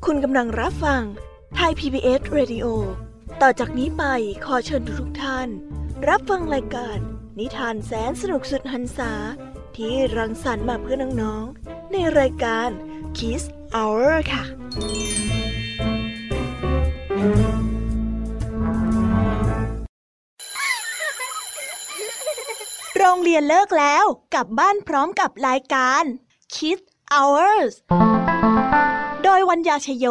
คุณกำลังรับฟังไทย PBS Radio ต่อจากนี้ไปขอเชิญทุกท่านรับฟังรายการนิทานแสนสนุกสุดหรรษาที่รังสรรค์มาเพื่อน้องๆในรายการ Kids Hour ค่ะโรงเรียนเลิกแล้วกลับบ้านพร้อมกับรายการ Kids Hours โดยวัญญาชโย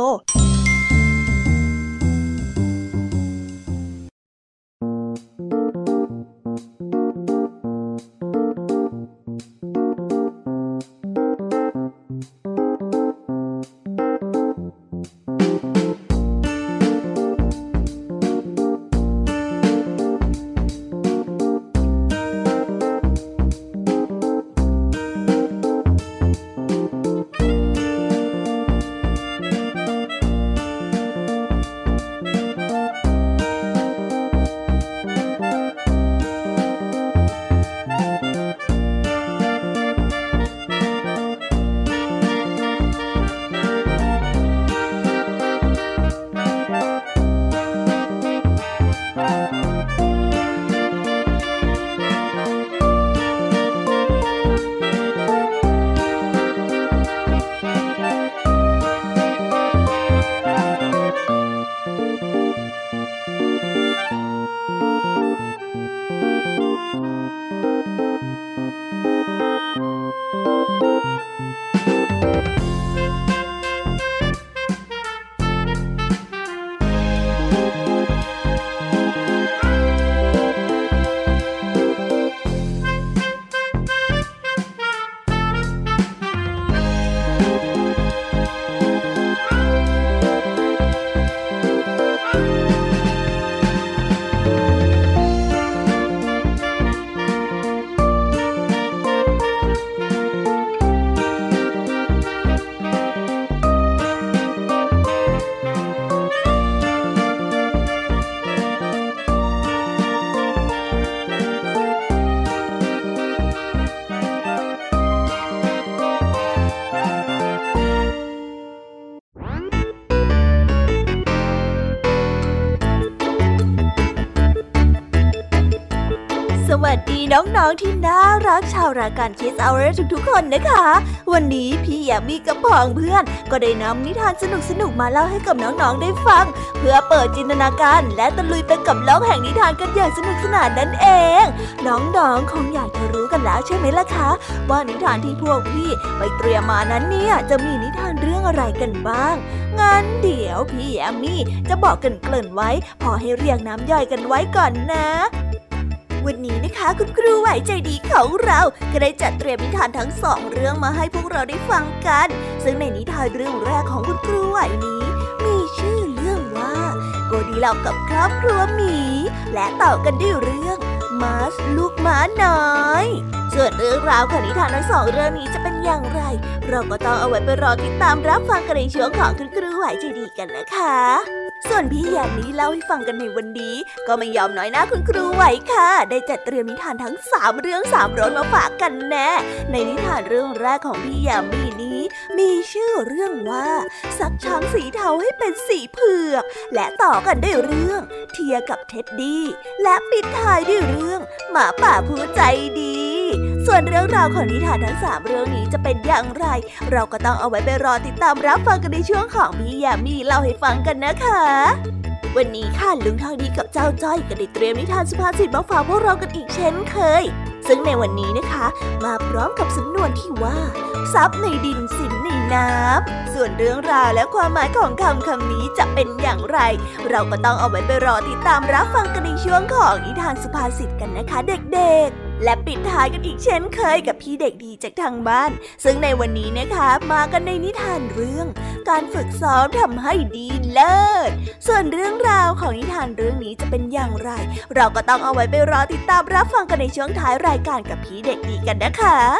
น้องๆที่น่ารักชาวรายการ Kids Hour ทุกๆคนนะคะวันนี้พี่แยมมี่กับพ้องเพื่อนก็ได้นำนิทานสนุกๆมาเล่าให้กับน้องๆได้ฟังเพื่อเปิดจินตนาการและตะลุยไปกับโลกแห่งนิทานกันอย่างสนุกสนานนั่นเองน้องๆคงอยากจะรู้กันแล้วใช่ไหมล่ะคะว่านิทานที่พวกพี่ไปเตรียมมานั้นเนี่ยจะมีนิทานเรื่องอะไรกันบ้างงั้นเดี๋ยวพี่แยมมี่จะบอกเกริ่นไว้พอให้เรียงน้ำย่อยกันไว้ก่อนนะวันนี้นะคะคุณครูไหวใจดีของเราก็ได้จัดเตรียมนิทานทั้งสองเรื่องมาให้พวกเราได้ฟังกันซึ่งในนิทานเรื่องแรกของคุณครูไหวนี้มีชื่อเรื่องว่าโกดีล็อกกับครอบครัวหมีและต่อกันด้วยเรื่องมาร์ชลูกม้าน้อยส่วนเรื่องราวของนิทานทั้งสองเรื่องนี้จะเป็นอย่างไรเราก็ต้องเอาไว้ไปรอติดตามรับฟังกันในช่วงของคุณครูไหวใจดีกันนะคะส่วนพี่แยมนี้เล่าให้ฟังกันในวันนี้ก็ไม่ยอมน้อยหน้าคุณครูไหวค่ะได้จัดเตรียมนิทานทั้ง3เรื่อง3รสมาฝากกันแน่ในนิทานเรื่องแรกของพี่แยมมี่นี้มีชื่อเรื่องว่าซักช้างสีเทาให้เป็นสีเผือกและต่อกันด้วยเรื่องเทียกับเท็ดดี้และปิดท้ายด้วยเรื่องหมาป่าผู้ใจดีส่วนเรื่องราวของนิทานทั้ง3เรื่องนี้จะเป็นอย่างไรเราก็ต้องเอาไว้ไปรอติดตามรับฟังกันในช่วงของพี่แยมมี่เล่าให้ฟังกันนะคะวันนี้ค่ะลุงทองดีกับเจ้าจ้อยก็ได้เตรียมนิทานสุภาษิตมาฝากพวกเรากันอีกเช่นเคยซึ่งในวันนี้นะคะมาพร้อมกับสำนวนที่ว่าทรัพย์ในดินสินในน้ำส่วนเรื่องราวและความหมายของคำนี้จะเป็นอย่างไรเราก็ต้องเอาไว้ไปรอติดตามรับฟังกันในช่วงของนิทานสุภาษิตกันนะคะเด็กๆและปิดท้ายกันอีกเช่นเคยกับพี่เด็กดีจากทางบ้านซึ่งในวันนี้นะคะมากันในนิทานเรื่องการฝึกซ้อมทำให้ดีเลิศส่วนเรื่องราวของนิทานเรื่องนี้จะเป็นอย่างไรเราก็ต้องเอาไว้ไปรอติดตามรับฟังกันในช่วงท้ายรายการกับพี่เด็กดีกันนะคะ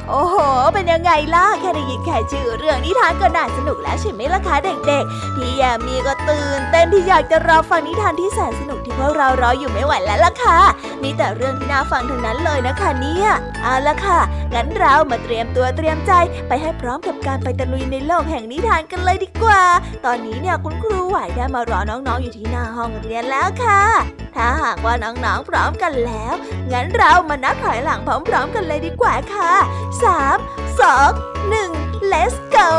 โอ้โหเป็นยังไงล่ะแค่ได้ยินแค่ชื่อเรื่องนิทานก็น่าสนุกแล้วใช่ไหมล่ะคะเด็กๆพี่แยมมี่ก็ตื่นเต้นที่อยากจะรอฟังนิทานที่แสนสนุกที่พวกเรารออยู่ไม่ไหวแล้วล่ะค่ะมีแต่เรื่องที่น่าฟังทั้งนั้นเลยนะคะเนี่ยเอาล่ะค่ะงั้นเรามาเตรียมตัวเตรียมใจไปให้พร้อมกับการไปตะลุยในโลกแห่งนิทานกันเลยดีกว่าตอนนี้เนี่ยคุณครูไหวได้มารอน้องๆอยู่ที่หน้าห้องเรียนแล้วค่ะถ้าหากว่าน้องๆพร้อมกันแล้วงั้นเรามานับถอยหลังพร้อมๆกันเลยดีกว่าค่ะ3 2 1 let's go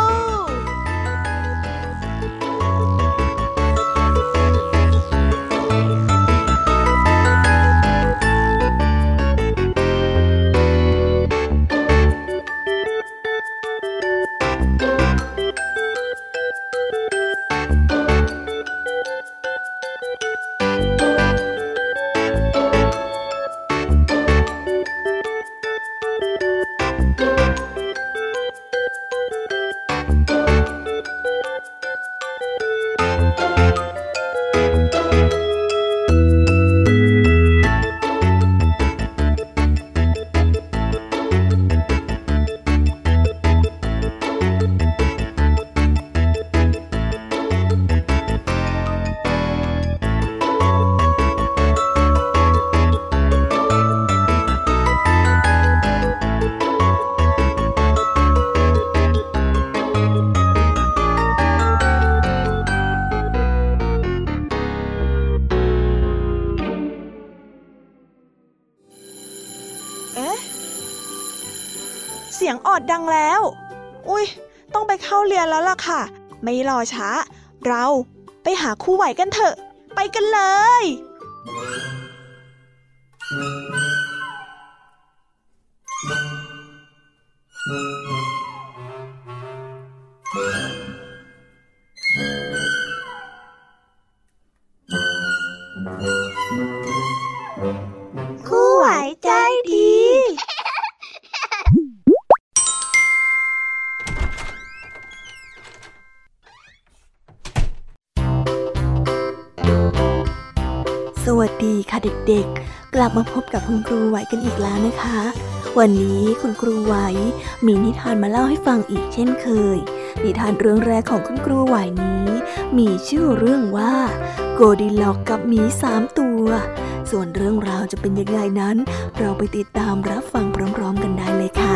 เสียงออดดังแล้วอุ๊ยต้องไปเข้าเรียนแล้วล่ะค่ะไม่รอช้าเราไปหาครูไหวกันเถอะไปกันเลยครูไหวใจดีสวัสดีค่ะเด็กๆกลับมาพบกับคุณครูไหวกันอีกแล้วนะคะวันนี้คุณครูไหวมีนิทานมาเล่าให้ฟังอีกเช่นเคยนิทานเรื่องแรกของคุณครูไหวนี้มีชื่อเรื่องว่าโกดิล็อกกับหมี3 ตัวส่วนเรื่องราวจะเป็นยังไงนั้นเราไปติดตามรับฟังพร้อมๆกันได้เลยค่ะ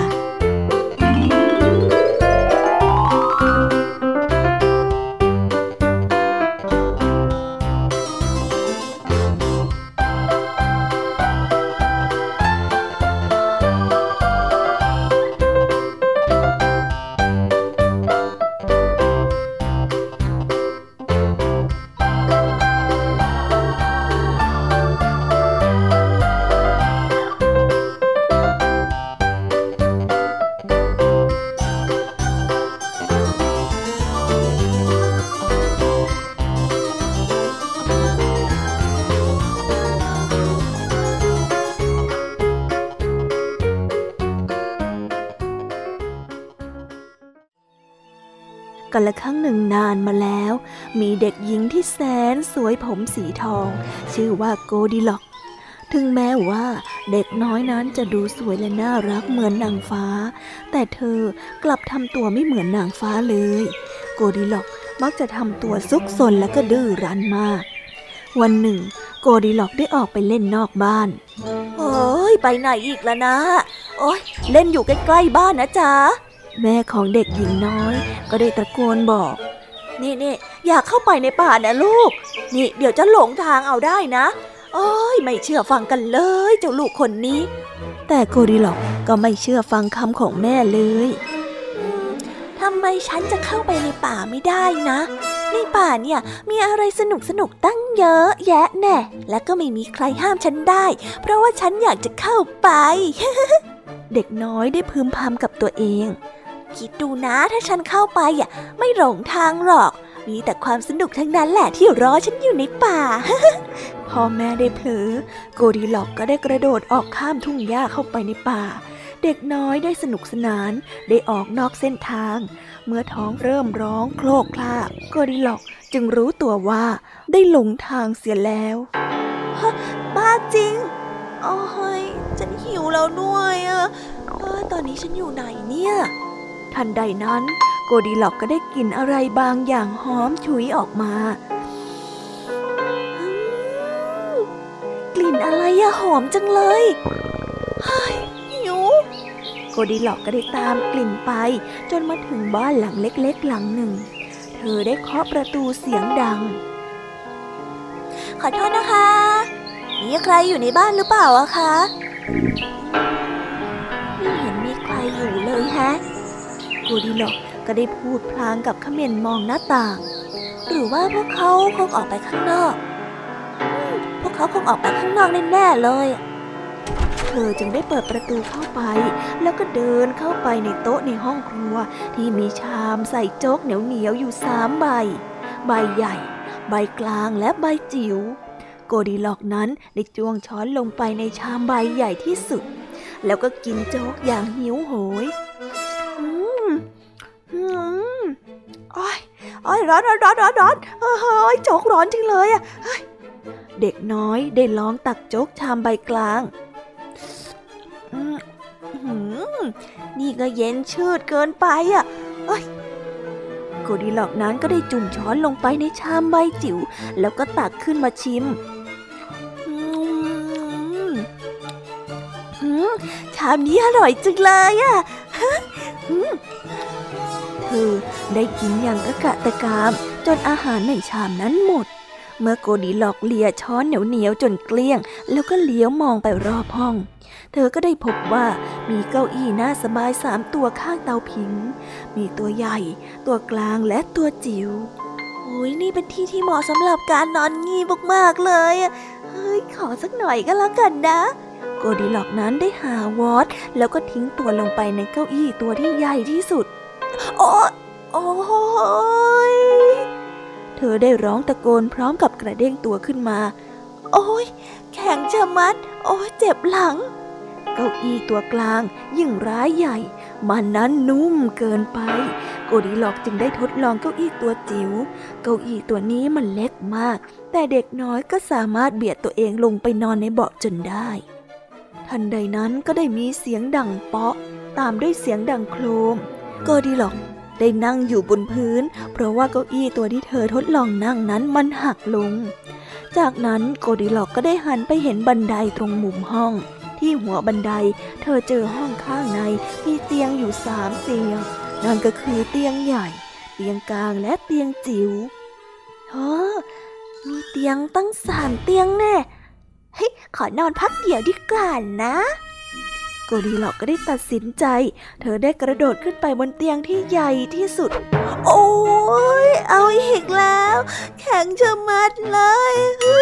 กันละครั้งหนึ่งนานมาแล้วมีเด็กหญิงที่แสนสวยผมสีทองชื่อว่าโกดิล็อกถึงแม้ว่าเด็กน้อยนั้นจะดูสวยและน่ารักเหมือนนางฟ้าแต่เธอกลับทำตัวไม่เหมือนนางฟ้าเลยโกดิล็อกมักจะทำตัวซุกซนและก็ดื้อรั้นมากวันหนึ่งโกดิล็อกได้ออกไปเล่นนอกบ้านโอ้ยไปไหนอีกล่ะนะโอ้ยเล่นอยู่ใกล้ๆบ้านนะจ๊ะแม่ของเด็กหญิงน้อยก็ได้ตะโกนบอกนี่อยากเข้าไปในป่านะลูกนี่เดี๋ยวจะหลงทางเอาได้นะโอ้ยไม่เชื่อฟังกันเลยเจ้าลูกคนนี้แต่โกดิล็อกก็ไม่เชื่อฟังคำของแม่เลยทำไมฉันจะเข้าไปในป่าไม่ได้นะในป่าเนี่ยมีอะไรสนุกตั้งเยอะแยะแน่และก็ไม่มีใครห้ามฉันได้เพราะว่าฉันอยากจะเข้าไป เด็กน้อยได้พึมพำกับตัวเองคิดดูนะถ้าฉันเข้าไปไม่หลงทางหรอกมีแต่ความสนุกทั้งนั้นแหละที่รอฉันอยู่ในป่า พ่อแม่ได้เผลอโกดิล็อกก็ได้กระโดดออกข้ามทุ่งหญ้าเข้าไปในป่าเด็กน้อยได้สนุกสนานได้ออกนอกเส้นทางเมื่อท้องเริ่มร้องโคลกคลากโกดิล็อกจึงรู้ตัวว่าได้หลงทางเสียแล้วบ้าจริงโอ้ยฉันหิวแล้วด้วยตอนนี้ฉันอยู่ไหนเนี่ยทันใดนั้นโกดิล็อกก็ได้กลิ่นอะไรบางอย่างหอมฉุยออกมากลิ่นอะไรอะหอมจังเลยหิวโกดิล็อกก็ได้ตามกลิ่นไปจนมาถึงบ้านหลังเล็กๆหลังหนึ่งเธอได้เคาะประตูเสียงดังขอโทษนะคะมีใครอยู่ในบ้านหรือเปล่าอะคะไม่เห็นมีใครอยู่เลยแฮะโกดิล็อกก็ได้พูดพลางกับเขม่นมองหน้าต่างหรือว่าพวกเขาคงออกไปข้างนอกพวกเขาคงออกไปข้างนอกแน่ๆเลยเธอจึงได้เปิดประตูเข้าไปแล้วก็เดินเข้าไปในโต๊ะในห้องครัวที่มีชามใส่โจ๊กเหนียวๆอยู่3 ใบใบใหญ่ใบกลางและใบจิ๋วโกดิล็อกนั้นได้จ้วงช้อนลงไปในชามใบใหญ่ที่สุดแล้วก็กินโจ๊กอย่างหิวโหยอ้อยร้อนโจ๊กร้อนจริงเลยอ่ะเด็กน้อยได้ลองตักโจ๊กชามใบกลางนี่ก็เย็นชืดเกินไปอ่ะโกดิล็อกนั้นก็ได้จุ่มช้อนลงไปในชามใบจิ๋วแล้วก็ตักขึ้นมาชิมชามนี้อร่อยจังเลยอ่ะเธอได้กินอย่างกะกะตะกามจนอาหารในชามนั้นหมดเมื่อโกดิล็อกเลียช้อนเหนียวจนเกลี้ยงแล้วก็เลี้ยวมองไปรอบห้องเธอก็ได้พบว่ามีเก้าอี้น่าสบาย3 ตัวข้างเตาผิงมีตัวใหญ่ตัวกลางและตัวจิ๋วโอ้ยนี่เป็นที่ที่เหมาะสำหรับการนอนงีบมากๆเลยขอสักหน่อยก็แล้วกันนะโกดิล็อกนั้นได้หาวอดแล้วก็ทิ้งตัวลงไปในเก้าอี้ตัวที่ใหญ่ที่สุดโอ้ยเธอได้ร้องตะโกนพร้อมกับกระเด้งตัวขึ้นมาโอ้ยแข็งชะมัดโอ้ยเจ็บหลังเก้าอี้ตัวกลางยิ่งร้ายใหญ่มันนั้นนุ่มเกินไปโกดิล็อกจึงได้ทดลองเก้าอี้ตัวจิ๋วเก้าอี้ตัวนี้มันเล็กมากแต่เด็กน้อยก็สามารถเบียดตัวเองลงไปนอนในเบาะจนได้ทันใดนั้นก็ได้มีเสียงดังเปาะตามด้วยเสียงดังโครมโกดิล็อกได้นั่งอยู่บนพื้นเพราะว่าเก้าอี้ตัวที่เธอทดลองนั่งนั้นมันหักลงจากนั้นโกดิล็อกก็ได้หันไปเห็นบันไดตรงมุมห้องที่หัวบันไดเธอเจอห้องข้างในมีเตียงอยู่3 เตียงนั่นก็คือเตียงใหญ่เตียงกลางและเตียงจิ๋วมีเตียงตั้ง3 เตียงแน่ขอนอนพักเดี๋ยวดีกว่านะโกดิล็อกก็ได้ตัดสินใจเธอได้กระโดดขึ้นไปบนเตียงที่ใหญ่ที่สุดโอ้ยเอาอีกแล้วแข็งชะมัดเลย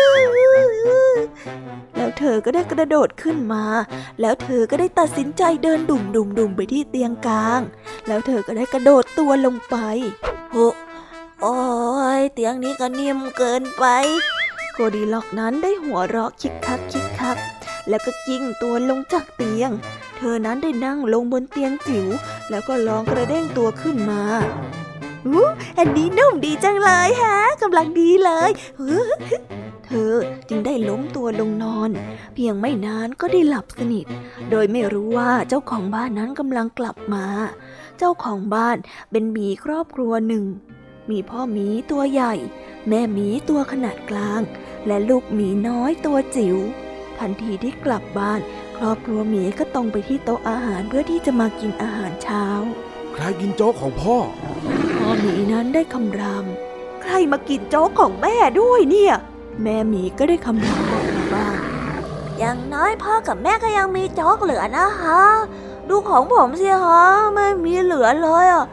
แล้วเธอก็ได้กระโดดขึ้นมาแล้วเธอก็ได้ตัดสินใจเดินดุ่มไปที่เตียงกลางแล้วเธอก็ได้กระโดดตัวลงไปโอ้ยเตียงนี้ก็นิ่มเกินไปโกดิล็อกนั้นได้หัวเราะคิกคักแล้วก็กิ้งตัวลงจากเตียงเธอนั้นได้นั่งลงบนเตียงจิ๋วแล้วก็ลองกระเด้งตัวขึ้นมาอันนี้นุ่มดีจังเลยฮะกำลังดีเลยเธอจึงได้ล้มตัวลงนอนเพียงไม่นานก็ได้หลับสนิทโดยไม่รู้ว่าเจ้าของบ้านนั้นกำลังกลับมาเจ้าของบ้านเป็นหมีครอบครัวหนึ่งมีพ่อหมีตัวใหญ่แม่หมีตัวขนาดกลางและลูกหมีน้อยตัวจิ๋วทันทีที่กลับบ้านครอบครัวหมีก็ตรงไปที่โต๊ะอาหารเพื่อที่จะมากินอาหารเช้าใครกินโจ๊กของพ่อหมีนั้นได้คำรามใครมากินโจ๊กของแม่ด้วยเนี่ยแม่หมีก็ได้คำรามบอกมาว่าอย่างน้อยพ่อกับแม่ก็ยังมีโจ๊กเหลือนะคะดูของผมสิคะไม่มีเหลือเลยอ่ะ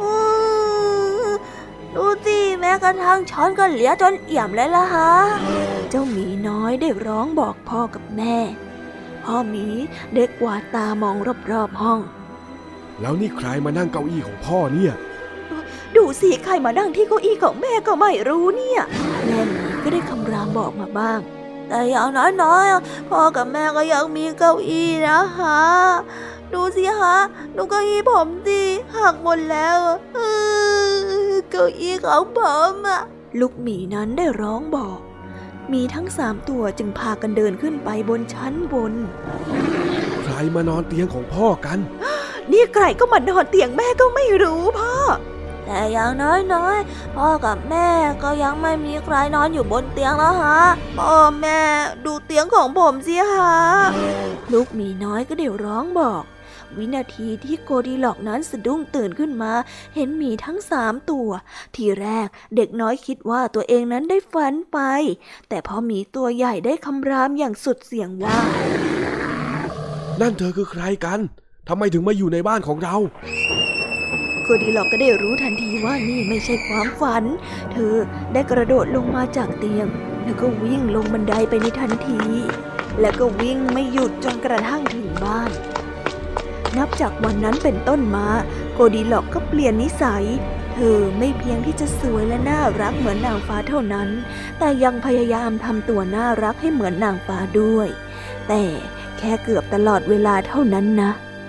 ดูสิแม้กระทั่งช้อนก็เหลือจนเอี่ยมเลยล่ะฮะเจ้าหมีน้อยได้ร้องบอกพ่อกับแม่พ่อหมีได้กวาดตามองรอบๆห้องแล้วนี่ใครมานั่งเก้าอี้ของพ่อเนี่ยดูสิใครมานั่งที่เก้าอี้ของแม่ก็ไม่รู้เนี่ยแม่หมีก็ได้คำรามบอกมาบ้างแต่อย่างน้อยๆพ่อกับแม่ก็ยังมีเก้าอี้นะคะดูสิคะดูเก้าอี้ผมสิหักหมดแล้วเก้าอี้ของผมอ่ะลูกหมีนั้นได้ร้องบอกมีทั้ง3 ตัวจึงพากันเดินขึ้นไปบนชั้นบนใครมานอนเตียงของพ่อกันนี่ใครก็มานอนเตียงแม่ก็ไม่รู้พ่อแต่อย่างน้อยพ่อกับแม่ก็ยังไม่มีใครนอนอยู่บนเตียงแล้วฮะพ่อแม่ดูเตียงของผมสิฮะลูกหมีน้อยก็ได้ร้องบอกวินาทีที่โกดิล็อกนั้นสะดุ้งตื่นขึ้นมาเห็นหมีทั้ง3 ตัวทีแรกเด็กน้อยคิดว่าตัวเองนั้นได้ฝันไปแต่พอหมีตัวใหญ่ได้คำรามอย่างสุดเสียงว่านั่นเธอคือใครกันทำไมถึงมาอยู่ในบ้านของเราโกดิล็อกก็ได้รู้ทันทีว่านี่ไม่ใช่ความฝันเธอได้กระโดดลงมาจากเตียงแล้วก็วิ่งลงบันไดไปในทันทีแล้วก็วิ่งไม่หยุดจนกระทั่งถึงบ้านนับจากวันนั้นเป็นต้นมาโกดิล็อกก็เปลี่ยนนิสัยเธอไม่เพียงที่จะสวยและน่ารักเหมือนนางฟ้าเท่านั้นแต่ยังพยายามทำตัวน่ารักให้เหมือนนางฟ้าด้วยแต่แค่เกือบตลอดเวลาเท่านั้นนะ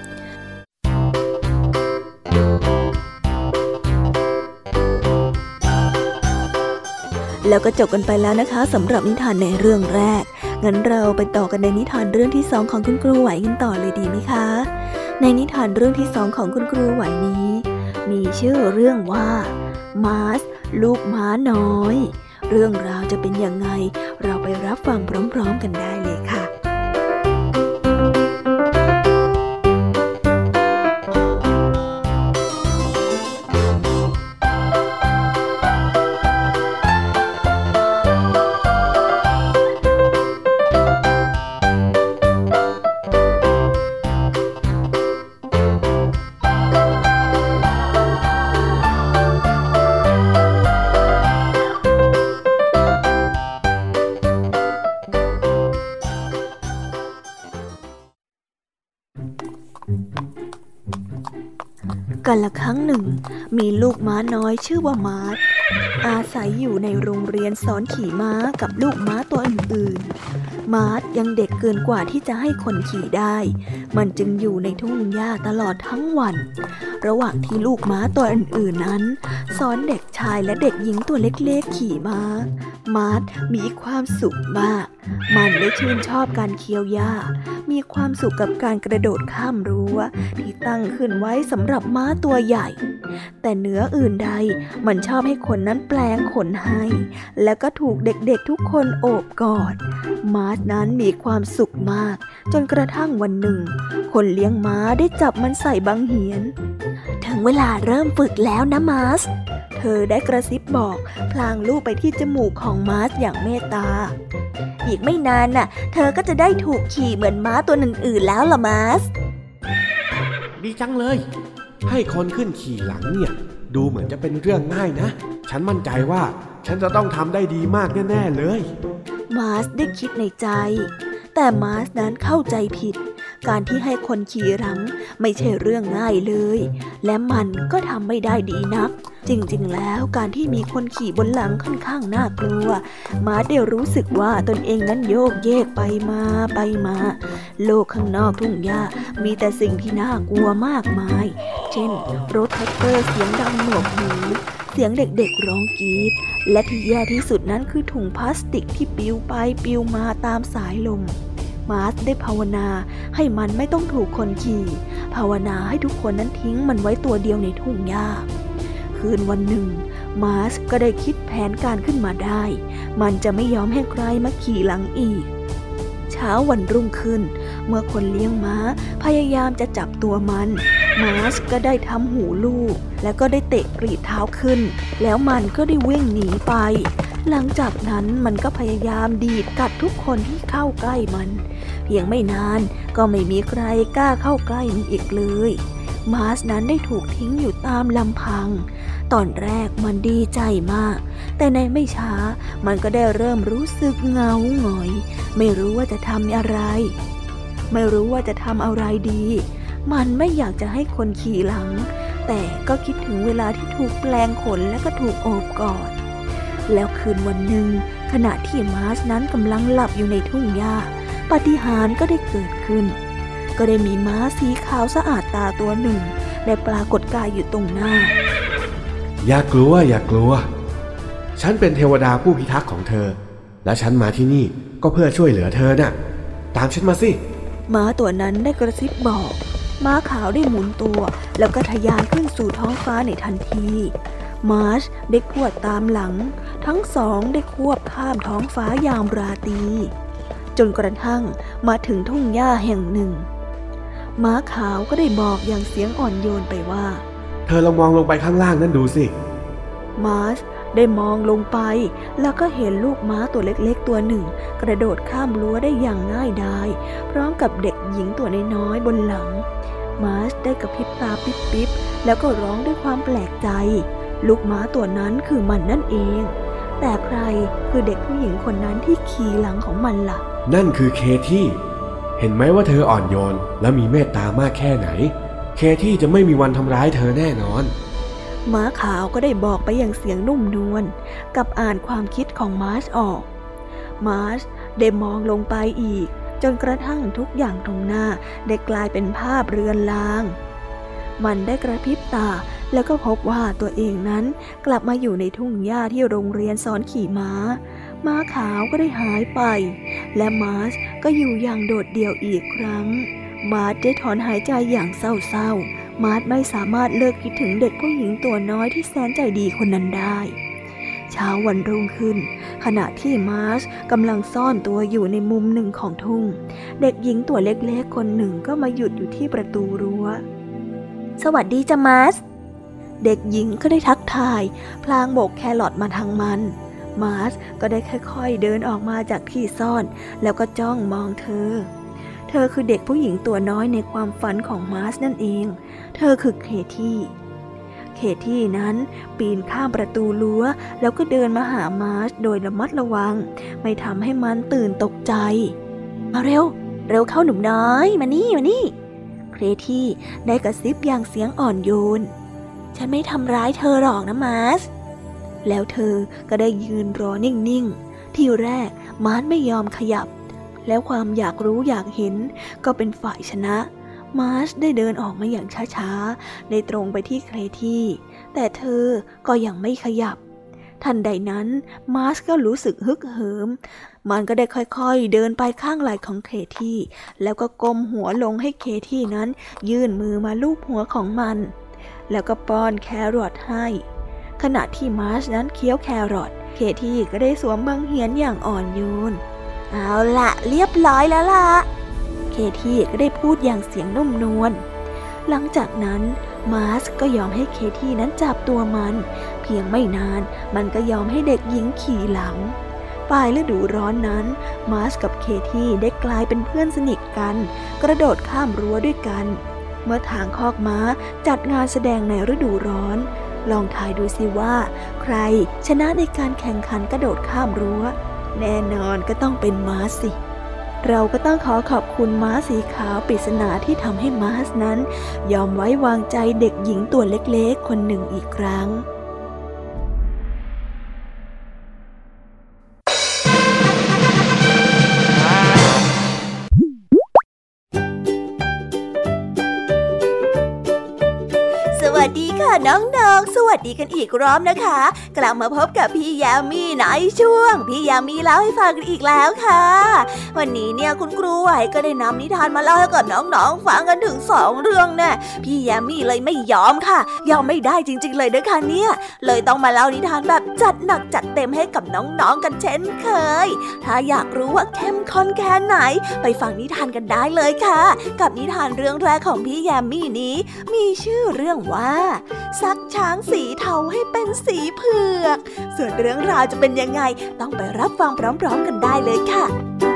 แล้วก็จบกันไปแล้วนะคะสำหรับนิทานในเรื่องแรกงั้นเราไปต่อกันในนิทานเรื่องที่2ของคุณครูไหวกันต่อเลยดีไหมคะในนิทานเรื่องที่2ของคุณครูไหวนี้มีชื่อเรื่องว่ามาร์สลูกม้าน้อยเรื่องราวจะเป็นยังไงเราไปรับฟังพร้อมๆกันได้เลยค่ะกันละครั้งหนึ่งมีลูกม้าน้อยชื่อว่ามาร์ทอาศัยอยู่ในโรงเรียนสอนขี่ม้ากับลูกม้าตัวอื่นๆมาร์ทยังเด็กเกินกว่าที่จะให้คนขี่ได้มันจึงอยู่ในทุ่งหญ้าตลอดทั้งวันระหว่างที่ลูกม้าตัวอื่นๆนั้นสอนเด็กชายและเด็กหญิงตัวเล็กๆขี่ม้ามาร์ทมีความสุขมากมันได้ชื่นชอบการเคี้ยวหญ้ามีความสุขกับการกระโดดข้ามรั้วที่ตั้งขึ้นไว้สำหรับม้าตัวใหญ่แต่เหนืออื่นใดมันชอบให้คนนั้นแปลงขนให้แล้วก็ถูกเด็กๆทุกคนโอบกอดมาร์ทนั้นมีความสุขมากจนกระทั่งวันหนึ่งคนเลี้ยงม้าได้จับมันใส่บังเหียนถึงเวลาเริ่มฝึกแล้วนะมาร์สเธอได้กระซิบบอกพลางลูบไปที่จมูกของมาร์สอย่างเมตตาอีกไม่นานน่ะเธอก็จะได้ถูกขี่เหมือนม้าตัวอื่นๆแล้วล่ะมาร์สดีจังเลยให้คนขึ้นขี่หลังเนี่ยดูเหมือนจะเป็นเรื่องง่ายนะฉันมั่นใจว่าฉันจะต้องทำได้ดีมากแน่ๆเลยมาร์สได้คิดในใจแต่มาร์สนั้นเข้าใจผิดการที่ให้คนขี่หลังไม่ใช่เรื่องง่ายเลยและมันก็ทำไม่ได้ดีนักจริงๆแล้วการที่มีคนขี่บนหลังค่อนข้างน่ากลัวมาร์สได้รู้สึกว่าตนเองนั้นโยกเยกไปมาโลกข้างนอกทุ่งหญ้ามีแต่สิ่งที่น่ากลัวมากมายเช่นรถแท็กเตอร์เสียงดังหนวกหูเสียงเด็กๆร้องกรี๊ดและที่แย่ที่สุดนั้นคือถุงพลาสติกที่ปลิวไปปลิวมาตามสายลมมาร์สได้ภาวนาให้มันไม่ต้องถูกคนขี่ภาวนาให้ทุกคนนั้นทิ้งมันไว้ตัวเดียวในทุ่งหญ้าคืนวันหนึ่งมาร์สก็ได้คิดแผนการขึ้นมาได้มันจะไม่ยอมให้ใครมาขี่หลังอีกเช้าวันรุ่งขึ้นเมื่อคนเลี้ยงม้าพยายามจะจับตัวมันมาร์สก็ได้ทำหูลูกแล้วก็ได้เตะกรีดเท้าขึ้นแล้วมันก็ได้วิ่งหนีไปหลังจากนั้นมันก็พยายามดีดกัดทุกคนที่เข้าใกล้มันเพียงไม่นานก็ไม่มีใครกล้าเข้าใกล้มันอีกเลยมาร์สนั้นได้ถูกทิ้งอยู่ตามลำพังตอนแรกมันดีใจมากแต่ในไม่ช้ามันก็ได้เริ่มรู้สึกเหงาหงอยไม่รู้ว่าจะทำอะไรดีมันไม่อยากจะให้คนขี่หลังแต่ก็คิดถึงเวลาที่ถูกแปลงขนและก็ถูกโอบกอดแล้วคืนวันหนึ่งขณะที่มาร์สนั้นกำลังหลับอยู่ในทุ่งหญ้าปาฏิหาริย์ก็ได้เกิดขึ้นก็ได้มีม้าสีขาวสะอาดตาตัวหนึ่งได้ปรากฏกายอยู่ตรงหน้าอย่ากลัวฉันเป็นเทวดาผู้พิทักษ์ของเธอและฉันมาที่นี่ก็เพื่อช่วยเหลือเธอน่ะตามฉันมาสิม้าตัวนั้นได้กระซิบบอกม้าขาวได้หมุนตัวแล้วก็ทะยานขึ้นสู่ท้องฟ้าในทันทีมาร์ชได้ขวดตามหลังทั้งสองได้ควบข้ามท้องฟ้ายามราตรีจนกระทั่งมาถึงทุ่งหญ้าแห่งหนึ่งม้าขาวก็ได้บอกอย่างเสียงอ่อนโยนไปว่าเธอลองมองลงไปข้างล่างนั่นดูสิมาร์ชได้มองลงไปแล้วก็เห็นลูกม้าตัวเล็กๆตัวหนึ่งกระโดดข้ามรั้วได้อย่างง่ายดายพร้อมกับเด็กหญิงตัวน้อยๆบนหลังมาร์ชได้กระพริบตาปิ๊บๆแล้วก็ร้องด้วยความแปลกใจลูกม้าตัวนั้นคือมันนั่นเองแต่ใครคือเด็กผู้หญิงคนนั้นที่ขี่หลังของมันล่ะนั่นคือเคที่เห็นไหมว่าเธออ่อนโยนและมีเมตตามากแค่ไหนเคที่จะไม่มีวันทำร้ายเธอแน่นอนม้าขาวก็ได้บอกไปอย่างเสียงนุ่มนวลกับอ่านความคิดของมาร์ชออกมาร์ชได้มองลงไปอีกจนกระทั่งทุกอย่างตรงหน้าได้กลายเป็นภาพเรือนรางมันได้กระพริบตาแล้วก็พบว่าตัวเองนั้นกลับมาอยู่ในทุ่งหญ้าที่โรงเรียนสอนขี่ม้าม้าขาวก็ได้หายไปและมาร์ชก็อยู่อย่างโดดเดี่ยวอีกครั้งมาร์ชได้ถอนหายใจอย่างเศร้าๆมาร์ชไม่สามารถเลิกคิดถึงเด็กผู้หญิงตัวน้อยที่แสนใจดีคนนั้นได้เช้าวันรุ่งขึ้นขณะที่มาร์ชกำลังซ่อนตัวอยู่ในมุมหนึ่งของทุ่งเด็กหญิงตัวเล็กๆคนหนึ่งก็มาหยุดอยู่ที่ประตูรั้วสวัสดีจ้ะมาร์ชเด็กหญิงก็ได้ทักทายพลางโบกแครอทมาทางมันมาร์ชก็ได้ค่อยๆเดินออกมาจากที่ซ่อนแล้วก็จ้องมองเธอคือเด็กผู้หญิงตัวน้อยในความฝันของมาร์ชนั่นเองเธอคือเคที่นั้นปีนข้ามประตูรั้วแล้วก็เดินมาหามาร์ชโดยระมัดระวังไม่ทำให้มันตื่นตกใจมาเร็วเข้าหนุ่มน้อยมานี่เคที่ได้กระซิบอย่างเสียงอ่อนโยนฉันไม่ทำร้ายเธอหรอกนะมาร์ชแล้วเธอก็ได้ยืนรอนิ่งๆที่แรกมาร์ชไม่ยอมขยับแล้วความอยากรู้อยากเห็นก็เป็นฝ่ายชนะมาร์ชได้เดินออกมาอย่างช้าๆได้ตรงไปที่เคที่แต่เธอก็ยังไม่ขยับทันใดนั้นมาร์ชก็รู้สึกฮึกเหิมมันก็ได้ค่อยๆเดินไปข้างไหล่ของเคที่แล้วก็ก้มหัวลงให้เคที่นั้นยื่นมือมาลูบหัวของมันแล้วก็ป้อนแครอทให้ขณะที่มาร์ชนั้นเคี้ยวแครอทเคที่ก็ได้สวมบังเหียนอย่างอ่อนโยนเอาละเรียบร้อยแล้วล่ะเคที่ก็ได้พูดอย่างเสียงนุ่มนวลหลังจากนั้นมาร์ชก็ยอมให้เคที่นั้นจับตัวมันเพียงไม่นานมันก็ยอมให้เด็กหญิงขี่หลังปลายฤดูร้อนนั้นมาร์ชกับเคที่ได้กลายเป็นเพื่อนสนิทกันกระโดดข้ามรั้วด้วยกันเมื่อทางคอกม้าจัดงานแสดงในฤดูร้อนลองทายดูสิว่าใครชนะในการแข่งขันกระโดดข้ามรั้วแน่นอนก็ต้องเป็นม้าสิเราก็ต้องขอขอบคุณม้าสีขาวปริศนาที่ทำให้ม้านั้นยอมไว้วางใจเด็กหญิงตัวเล็กๆคนหนึ่งอีกครั้งสวัสดีค่ะน้องๆสวัสดีกันอีกรอบนะคะกลับมาพบกับพี่ยามีในช่วงพี่ยามีเล่าให้ฟังกันอีกแล้วค่ะวันนี้เนี่ยคุณครูไหวก็ได้นำนิทานมาเล่าให้กับน้องๆฟังกันถึง2เรื่องแน่พี่ยามีเลยไม่ยอมค่ะยอมไม่ได้จริงๆเลยนะคะเนี่ยเลยต้องมาเล่านิทานแบบจัดหนักจัดเต็มให้กับน้องๆกันเช่นเคยถ้าอยากรู้ว่าเข้มข้นแค่ไหนไปฟังนิทานกันได้เลยค่ะกับนิทานเรื่องแรกของพี่ยามีนี้มีชื่อเรื่องว่าซักช้างสีเทาให้เป็นสีเผือกส่วนเรื่องราวจะเป็นยังไงต้องไปรับฟังพร้อมๆกันได้เลยค่ะ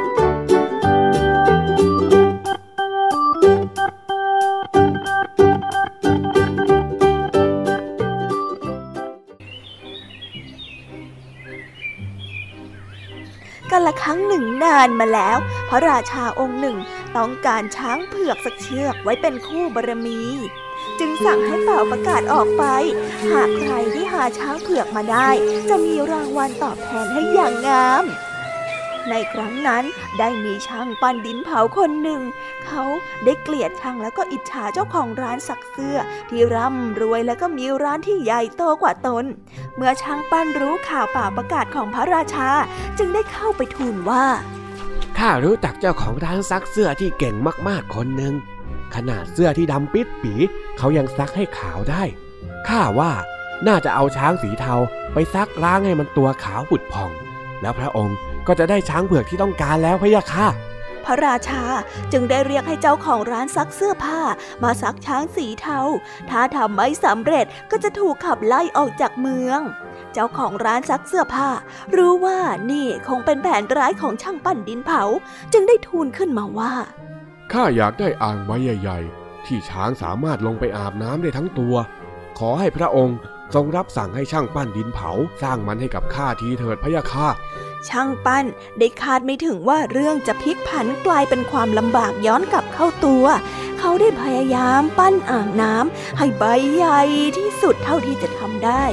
กันละครั้งหนึ่งนานมาแล้วพระราชาองค์หนึ่งต้องการช้างเผือกสักเชือกไว้เป็นคู่บารมีจึงสั่งให้เป่าประกาศออกไปหากใครที่หาช้างเผือกมาได้จะมีรางวัลตอบแทนให้อย่างงามในครั้งนั้นได้มีช่างปั้นดินเผาคนหนึ่งเขาได้เกลียดช่างแล้วก็อิจฉาเจ้าของร้านซักเสื้อที่ร่ำรวยแล้วก็มีร้านที่ใหญ่โตกว่าตนเมื่อช่างปั้นรู้ข่าวเป่าประกาศของพระราชาจึงได้เข้าไปทูลว่าข้ารู้จักเจ้าของร้านซักเสื้อที่เก่งมากๆคนหนึ่งขนาดเสื้อที่ดำปิดปีเขายังซักให้ขาวได้ข้าว่าน่าจะเอาช้างสีเทาไปซักล้างให้มันตัวขาวผุดผ่องแล้วพระองค์ก็จะได้ช้างเผือกที่ต้องการแล้วพะยะค่ะพระราชาจึงได้เรียกให้เจ้าของร้านซักเสื้อผ้ามาซักช้างสีเทาถ้าทำไม่สำเร็จก็จะถูกขับไล่ออกจากเมืองเจ้าของร้านซักเสื้อผ้ารู้ว่านี่คงเป็นแผนร้ายของช่างปั้นดินเผาจึงได้ทูลขึ้นมาว่าข้าอยากได้อ่างไม้ใหญ่ๆที่ช้างสามารถลงไปอาบน้ำได้ทั้งตัวขอให้พระองค์ทรงรับสั่งให้ช่างปั้นดินเผาสร้างมันให้กับข้าทีเถิดพะยะค่ะช่างปั้นได้คาดไม่ถึงว่าเรื่องจะพลิกผันกลายเป็นความลำบากย้อนกลับเข้าตัวเขาได้พยายามปั้นอ่างน้ำให้ใบใหญ่ที่สุดเท่าที่จะทำได้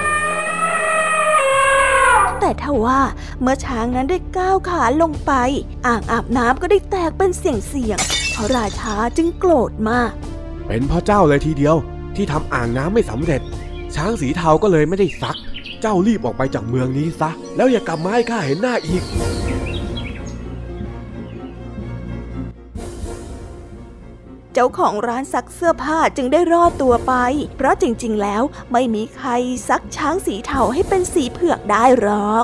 แต่ทว่าเมื่อช้างนั้นได้ก้าวขาลงไปอ่างอาบน้ำก็ได้แตกเป็นเสียงพระราชาจึงโกรธมากเป็นเพราะเจ้าเลยทีเดียวที่ทำอ่างน้ำไม่สำเร็จช้างสีเทาก็เลยไม่ได้ซักเจ้ารีบออกไปจากเมืองนี้ซะแล้วอย่ากลับมาให้ข้าเห็นหน้าอีกเจ้าของร้านซักเสื้อผ้าจึงได้รอดตัวไปเพราะจริงๆแล้วไม่มีใครซักช้างสีเทาให้เป็นสีเผือกได้หรอก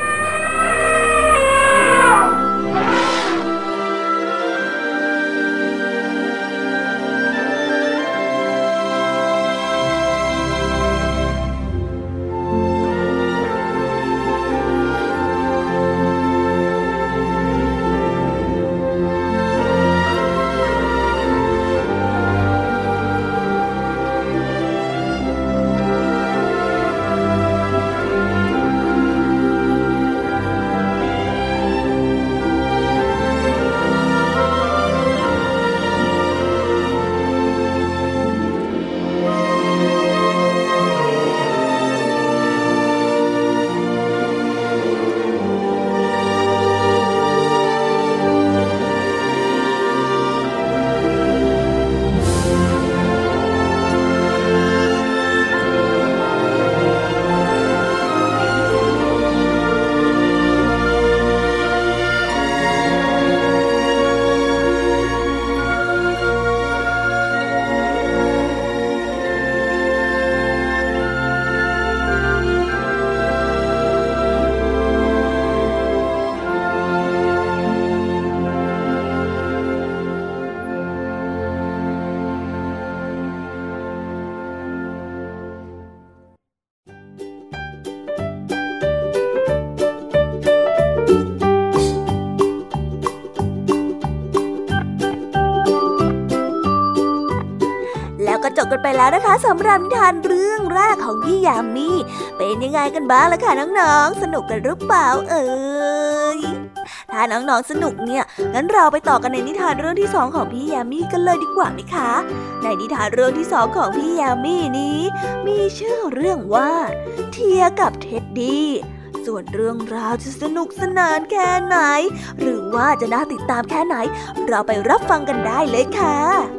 จบกันไปแล้วนะคะสำหรับนิทานเรื่องแรกของพี่ยามีเป็นยังไงกันบ้างล่ะคะน้องๆสนุกกันหรือเปล่าถ้าน้องๆสนุกเนี่ยงั้นเราไปต่อกันในนิทานเรื่องที่2ของพี่ยามีกันเลยดีกว่าไหมคะในนิทานเรื่องที่2ของพี่ยามีนี้มีชื่อเรื่องว่าเทียกับเท็ดดี้ส่วนเรื่องราวจะสนุกสนานแค่ไหนหรือว่าจะน่าติดตามแค่ไหนเราไปรับฟังกันได้เลยค่ะ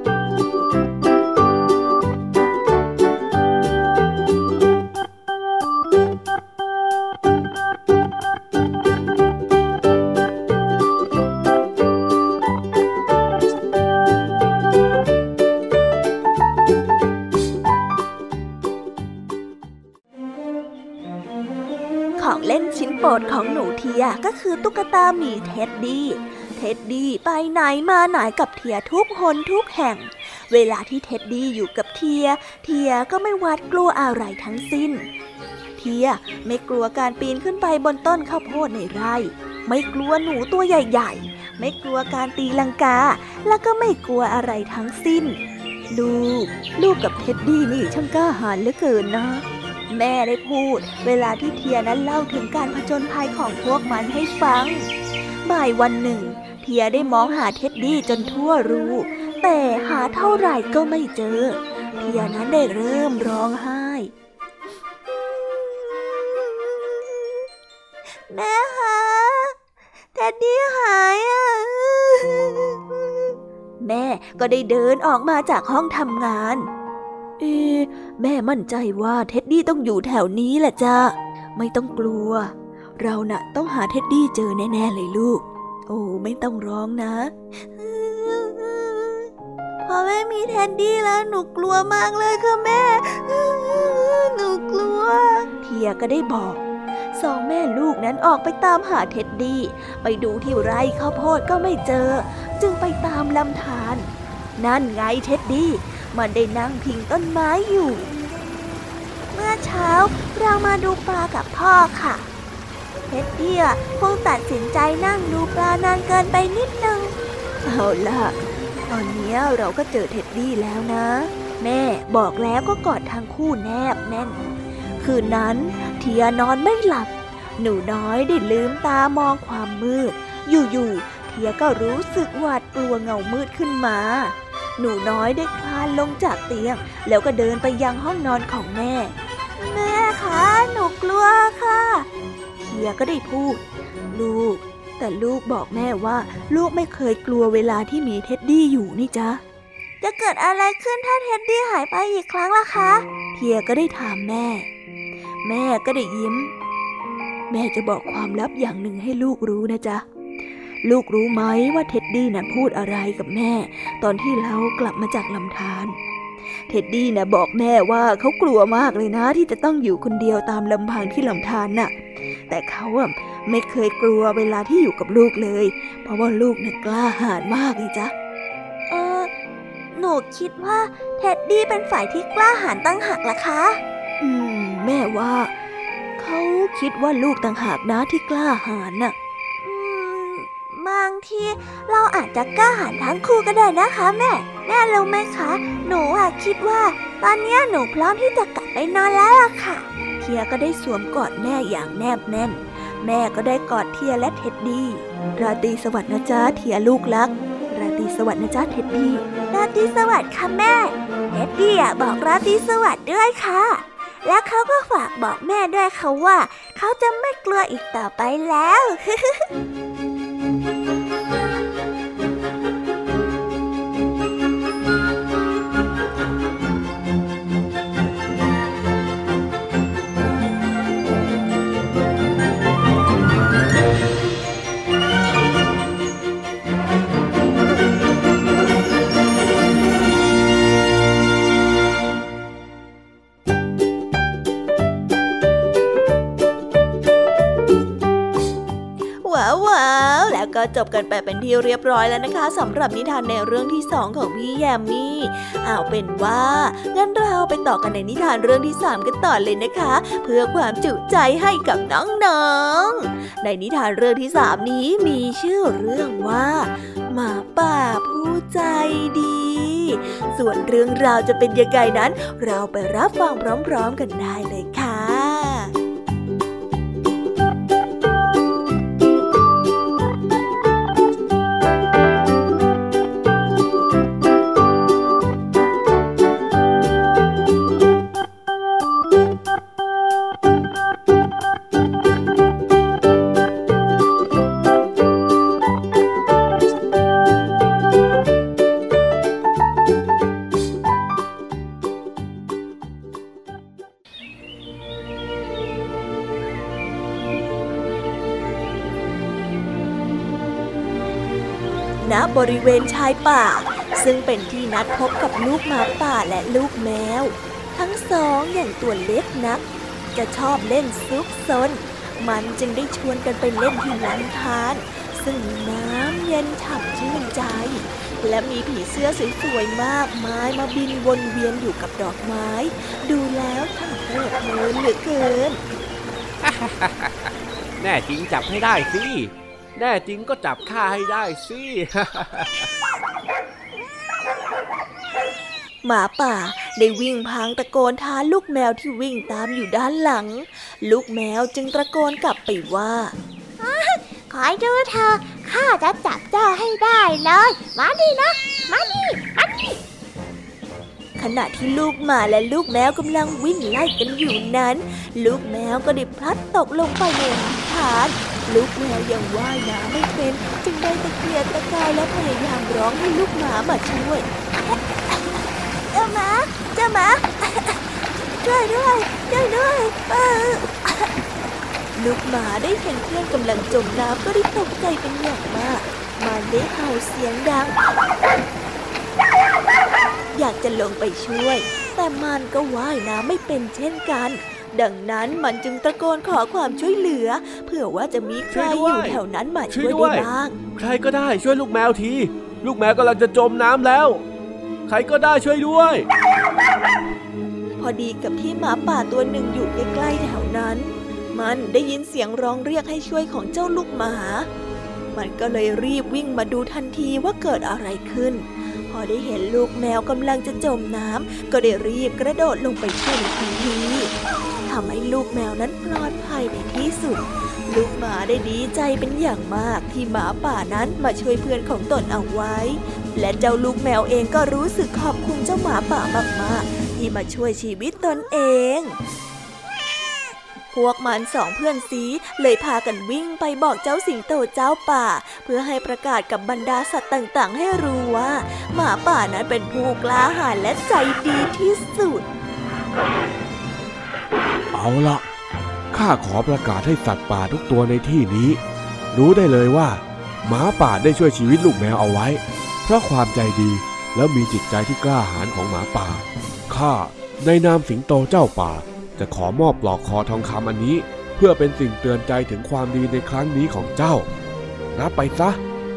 ของหนูเทียก็คือตุ๊กตาหมีเท็ดดี้เท็ดดี้ไปไหนมาไหนกับเทียทุกหนทุกแห่งเวลาที่เท็ดดี้อยู่กับเทียก็ไม่หวาดกลัวอะไรทั้งสิ้นเทียไม่กลัวการปีนขึ้นไปบนต้นข้าวโพดในไร่ไม่กลัวหนูตัวใหญ่ๆไม่กลัวการตีลังกาแล้วก็ไม่กลัวอะไรทั้งสิ้นลูกกับเท็ดดี้นี่ช่างกล้าหาญเหลือเกินนะแม่ได้พูดเวลาที่เทียนั้นเล่าถึงการผจญภัยของพวกมันให้ฟังบ่ายวันหนึ่งเทียได้มองหาเท็ดดี้จนทั่วรู้แต่หาเท่าไหร่ก็ไม่เจอเทียนั้นได้เริ่มร้องไห้แม่คะเท็ดดี้หายแม่ก็ได้เดินออกมาจากห้องทำงานแม่มั่นใจว่าเท็ดดี้ต้องอยู่แถวนี้แหละจ้ะไม่ต้องกลัวเราน่ะต้องหาเท็ดดี้เจอแน่ๆเลยลูกโอ้ไม่ต้องร้องนะพอไม่มีเท็ดดี้แล้วหนูกลัวมากเลยค่ะแม่หนูกลัวเทียก็ได้บอกสองแม่ลูกนั้นออกไปตามหาเท็ดดี้ไปดูที่ไร่ข้าวโพดก็ไม่เจอจึงไปตามลำธารนั่นไงเท็ดดี้มันได้นั่งพิงต้นไม้อยู่เมื่อเช้าเรามาดูปลากับพ่อค่ะเท็ดดี้คงตัดสินใจนั่งดูปลานานเกินไปนิดนึงเอาล่ะตอนนี้เราก็เจอเท็ดดี้แล้วนะแม่บอกแล้วก็กอดทั้งคู่แนบแน่นคืนนั้นเทียนอนไม่หลับหนูน้อยได้ลืมตามองความมืดอยู่ๆเทียก็รู้สึกหวาดกลัวเงามืดขึ้นมาหนูน้อยได้คลานลงจากเตียงแล้วก็เดินไปยังห้องนอนของแม่แม่คะหนูกลัวค่ะเทียก็ได้พูดลูกแต่ลูกบอกแม่ว่าลูกไม่เคยกลัวเวลาที่มีเท็ดดี้อยู่นี่จ๊ะจะเกิดอะไรขึ้นถ้าเท็ดดี้หายไปอีกครั้งล่ะคะเทียก็ได้ถามแม่ก็ได้ยิ้มแม่จะบอกความลับอย่างหนึ่งให้ลูกรู้นะจ๊ะลูกรู้ไหมว่าเท็ดดี้น่ะพูดอะไรกับแม่ตอนที่เรากลับมาจากลำธารเท็ดดี้น่ะบอกแม่ว่าเขากลัวมากเลยนะที่จะต้องอยู่คนเดียวตามลำพังที่ลำธารน่ะแต่เขาไม่เคยกลัวเวลาที่อยู่กับลูกเลยเพราะว่าลูกน่ะกล้าหาญมากเลยจ๊ะหนูคิดว่าเท็ดดี้เป็นฝ่ายที่กล้าหาญตั้งหากล่ะคะแม่ว่าเขาคิดว่าลูกต่างหากนะที่กล้าหาญน่ะบางทีเราอาจจะกล้าหาญทั้งคู่ก็ได้นะคะแม่รู้ไหมคะหนูคิดว่าตอนนี้หนูพร้อมที่จะกลับไปนอนแล้วล่ะค่ะเทียก็ได้สวมกอดแม่อย่างแนบแน่นแม่ก็ได้กอดเทียและเท็ดดี้ราตรีสวัสดิ์นะจ๊ะเทียลูกรักราตรีสวัสดิ์นะจ๊ะเท็ดดี้ราตรีสวัสดิ์ค่ะแม่เท็ดดี้บอกราตรีสวัสดิ์ด้วยค่ะและเขาก็ฝากบอกแม่ด้วยค่ะว่าเขาจะไม่กลัวอีกต่อไปแล้ว ว้าวแล้วก็จบกันไปเป็นที่เรียบร้อยแล้วนะคะสำหรับนิทานในเรื่องที่2ของพี่แยมมี่เอาเป็นว่างั้นเราไปต่อกันในนิทานเรื่องที่3กันต่อเลยนะคะเพื่อความจุใจให้กับน้องๆในนิทานเรื่องที่3นี้มีชื่อเรื่องว่าหมาป่าผู้ใจดีส่วนเรื่องราวจะเป็นยังไงนั้นเราไปรับฟังพร้อมๆกันได้เลยค่ะณบริเวณชายป่าซึ่งเป็นที่นัดพบกับลูกหมาป่าและลูกแมวทั้งสองอย่างตัวเล็กนักจะชอบเล่นซุกซนมันจึงได้ชวนกันไปเล่นที่ลำธารซึ่งมีน้ำเย็นฉ่ำชื่นใจและมีผีเสื้อสวยๆมากมายมาบินวนเวียนอยู่กับดอกไม้ดูแล้วช่างเพลิดเพลินเหลือเกินแน่จริงจับให้ได้สิแน่จริงก็จับข้าให้ได้สิหมาป่าได้วิ่งพางตะโกนท้าลูกแมวที่วิ่งตามอยู่ด้านหลังลูกแมวจึงตะโกนกลับไปว่าคอยดูเธอข้าจะจับเจ้าให้ได้เลยมาดินะมาดิมาดิขณะที่ลูกหมาและลูกแมวกำลังวิ่งไล่กันอยู่นั้นลูกแมวก็ได้พลัดตกลงไปในลำธารลูกแมวยังว่ายน้ำไม่เป็นจึงได้ตะเกียกตะกายและพยายามร้องให้ลูกหมามาช่วยเจ้าหมาช่วยด้วยลูกหมาได้เห็นเพื่อนกำลังจมน้ำก็ได้ตกใจเป็นอย่างมากมันได้เห่าเสียงดังอยากจะลงไปช่วยแต่มันก็ว่ายน้ำไม่เป็นเช่นกันดังนั้นมันจึงตะโกนขอความช่วยเหลือเผื่อว่าจะมีใครอยู่แถวนั้นมาช่วยได้บ้างใครก็ได้ช่วยลูกแมวทีลูกแมวกำลังจะจมน้ำแล้วใครก็ได้ช่วยด้วยพอดีกับที่หมาป่าตัวหนึ่งอยู่ใกล้ๆแถวนั้นมันได้ยินเสียงร้องเรียกให้ช่วยของเจ้าลูกหมามันก็เลยรีบวิ่งมาดูทันทีว่าเกิดอะไรขึ้นพอได้เห็นลูกแมวกำลังจะจมน้ำก็ได้รีบกระโดดลงไปช่วยในทันทีทำให้ลูกแมวนั้นปลอดภัยในที่สุดลูกหมาได้ดีใจเป็นอย่างมากที่หมาป่านั้นมาช่วยเพื่อนของตนเอาไว้และเจ้าลูกแมวเองก็รู้สึกขอบคุณเจ้าหมาป่ามากๆที่มาช่วยชีวิตตนเองพวกมันสองเพื่อนสีเลยพากันวิ่งไปบอกเจ้าสิงโตเจ้าป่าเพื่อให้ประกาศกับบรรดาสัตว์ต่างๆให้รู้ว่าหมาป่านั้นเป็นผู้กล้าหาญและใจดีที่สุดเอาล่ะข้าขอประกาศให้สัตว์ป่าทุกตัวในที่นี้รู้ได้เลยว่าหมาป่าได้ช่วยชีวิตลูกแมวเอาไว้เพราะความใจดีและมีจิตใจที่กล้าหาญของหมาป่าข้าในนามสิงโตเจ้าป่าจะขอมอบปลอกคอทองคำอันนี้เพื่อเป็นสิ่งเตือนใจถึงความดีในครั้งนี้ของเจ้ารับไปซะ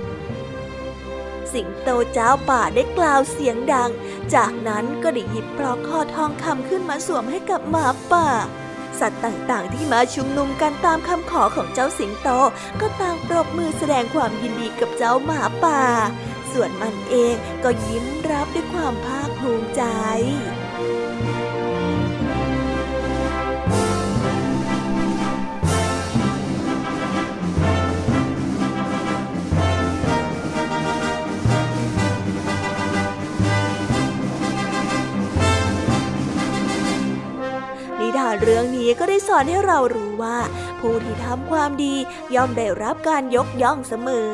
สิงโตเจ้าป่าได้กล่าวเสียงดังจากนั้นก็ได้หยิบปลอกคอทองคำขึ้นมาสวมให้กับหมาป่าสัตว์ต่างๆที่มาชุมนุมกันตามคำขอของเจ้าสิงโตก็ต่างปรบมือแสดงความยินดีกับเจ้าหมาป่าส่วนมันเองก็ยิ้มรับด้วยความภาคภูมิใจนิทานเรื่องนี้ก็ได้สอนให้เรารู้ว่าผู้ที่ทำความดีย่อมได้รับการยกย่องเสมอ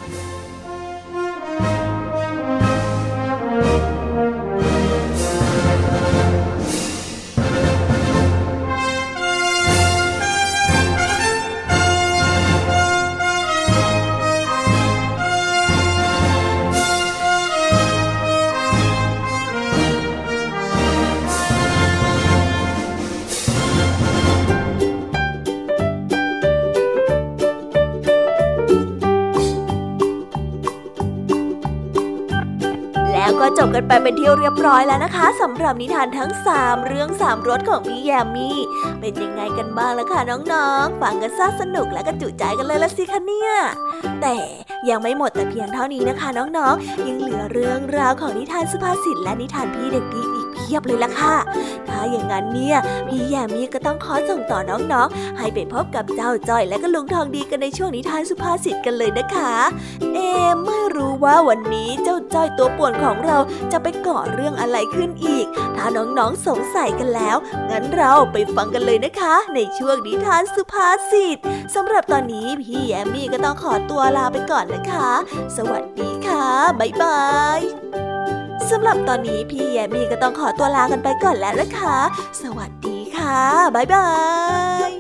จบกันไปเป็นที่เรียบร้อยแล้วนะคะสำหรับนิทานทั้ง3เรื่อง3รสของพี่แยมมี่เป็นยังไงกันบ้างล่ะคะน้องๆฟังกันซะสนุกและก็จุใจกันเลยละสิคะเนี่ยแต่ยังไม่หมดแต่เพียงเท่านี้นะคะน้องๆยังเหลือเรื่องราวของนิทานสุภาษิตและนิทานพี่เด็กดีอีกเพียบเลยล่ะค่ะถ้าอย่างนั้นเนี่ยพี่แยมมี่ก็ต้องขอส่งต่อน้องๆให้ไปพบกับเจ้าจ้อยและก็ลุงทองดีกันในช่วงนิทานสุภาษิตกันเลยนะคะไม่รู้ว่าวันนี้เจ้าจ้อยตัวป่วนของเราจะไปก่อเรื่องอะไรขึ้นอีกถ้าน้องๆสงสัยกันแล้วงั้นเราไปฟังกันเลยนะคะในช่วงนิทานสุภาษิตสำหรับตอนนี้พี่แยมมี่ก็ต้องขอตัวลาไปก่อนนะคะสวัสดีค่ะบ๊ายบายสำหรับตอนนี้พี่แยมมี่ก็ต้องขอตัวลากันไปก่อนแล้วนะคะสวัสดีค่ะบ๊ายบาย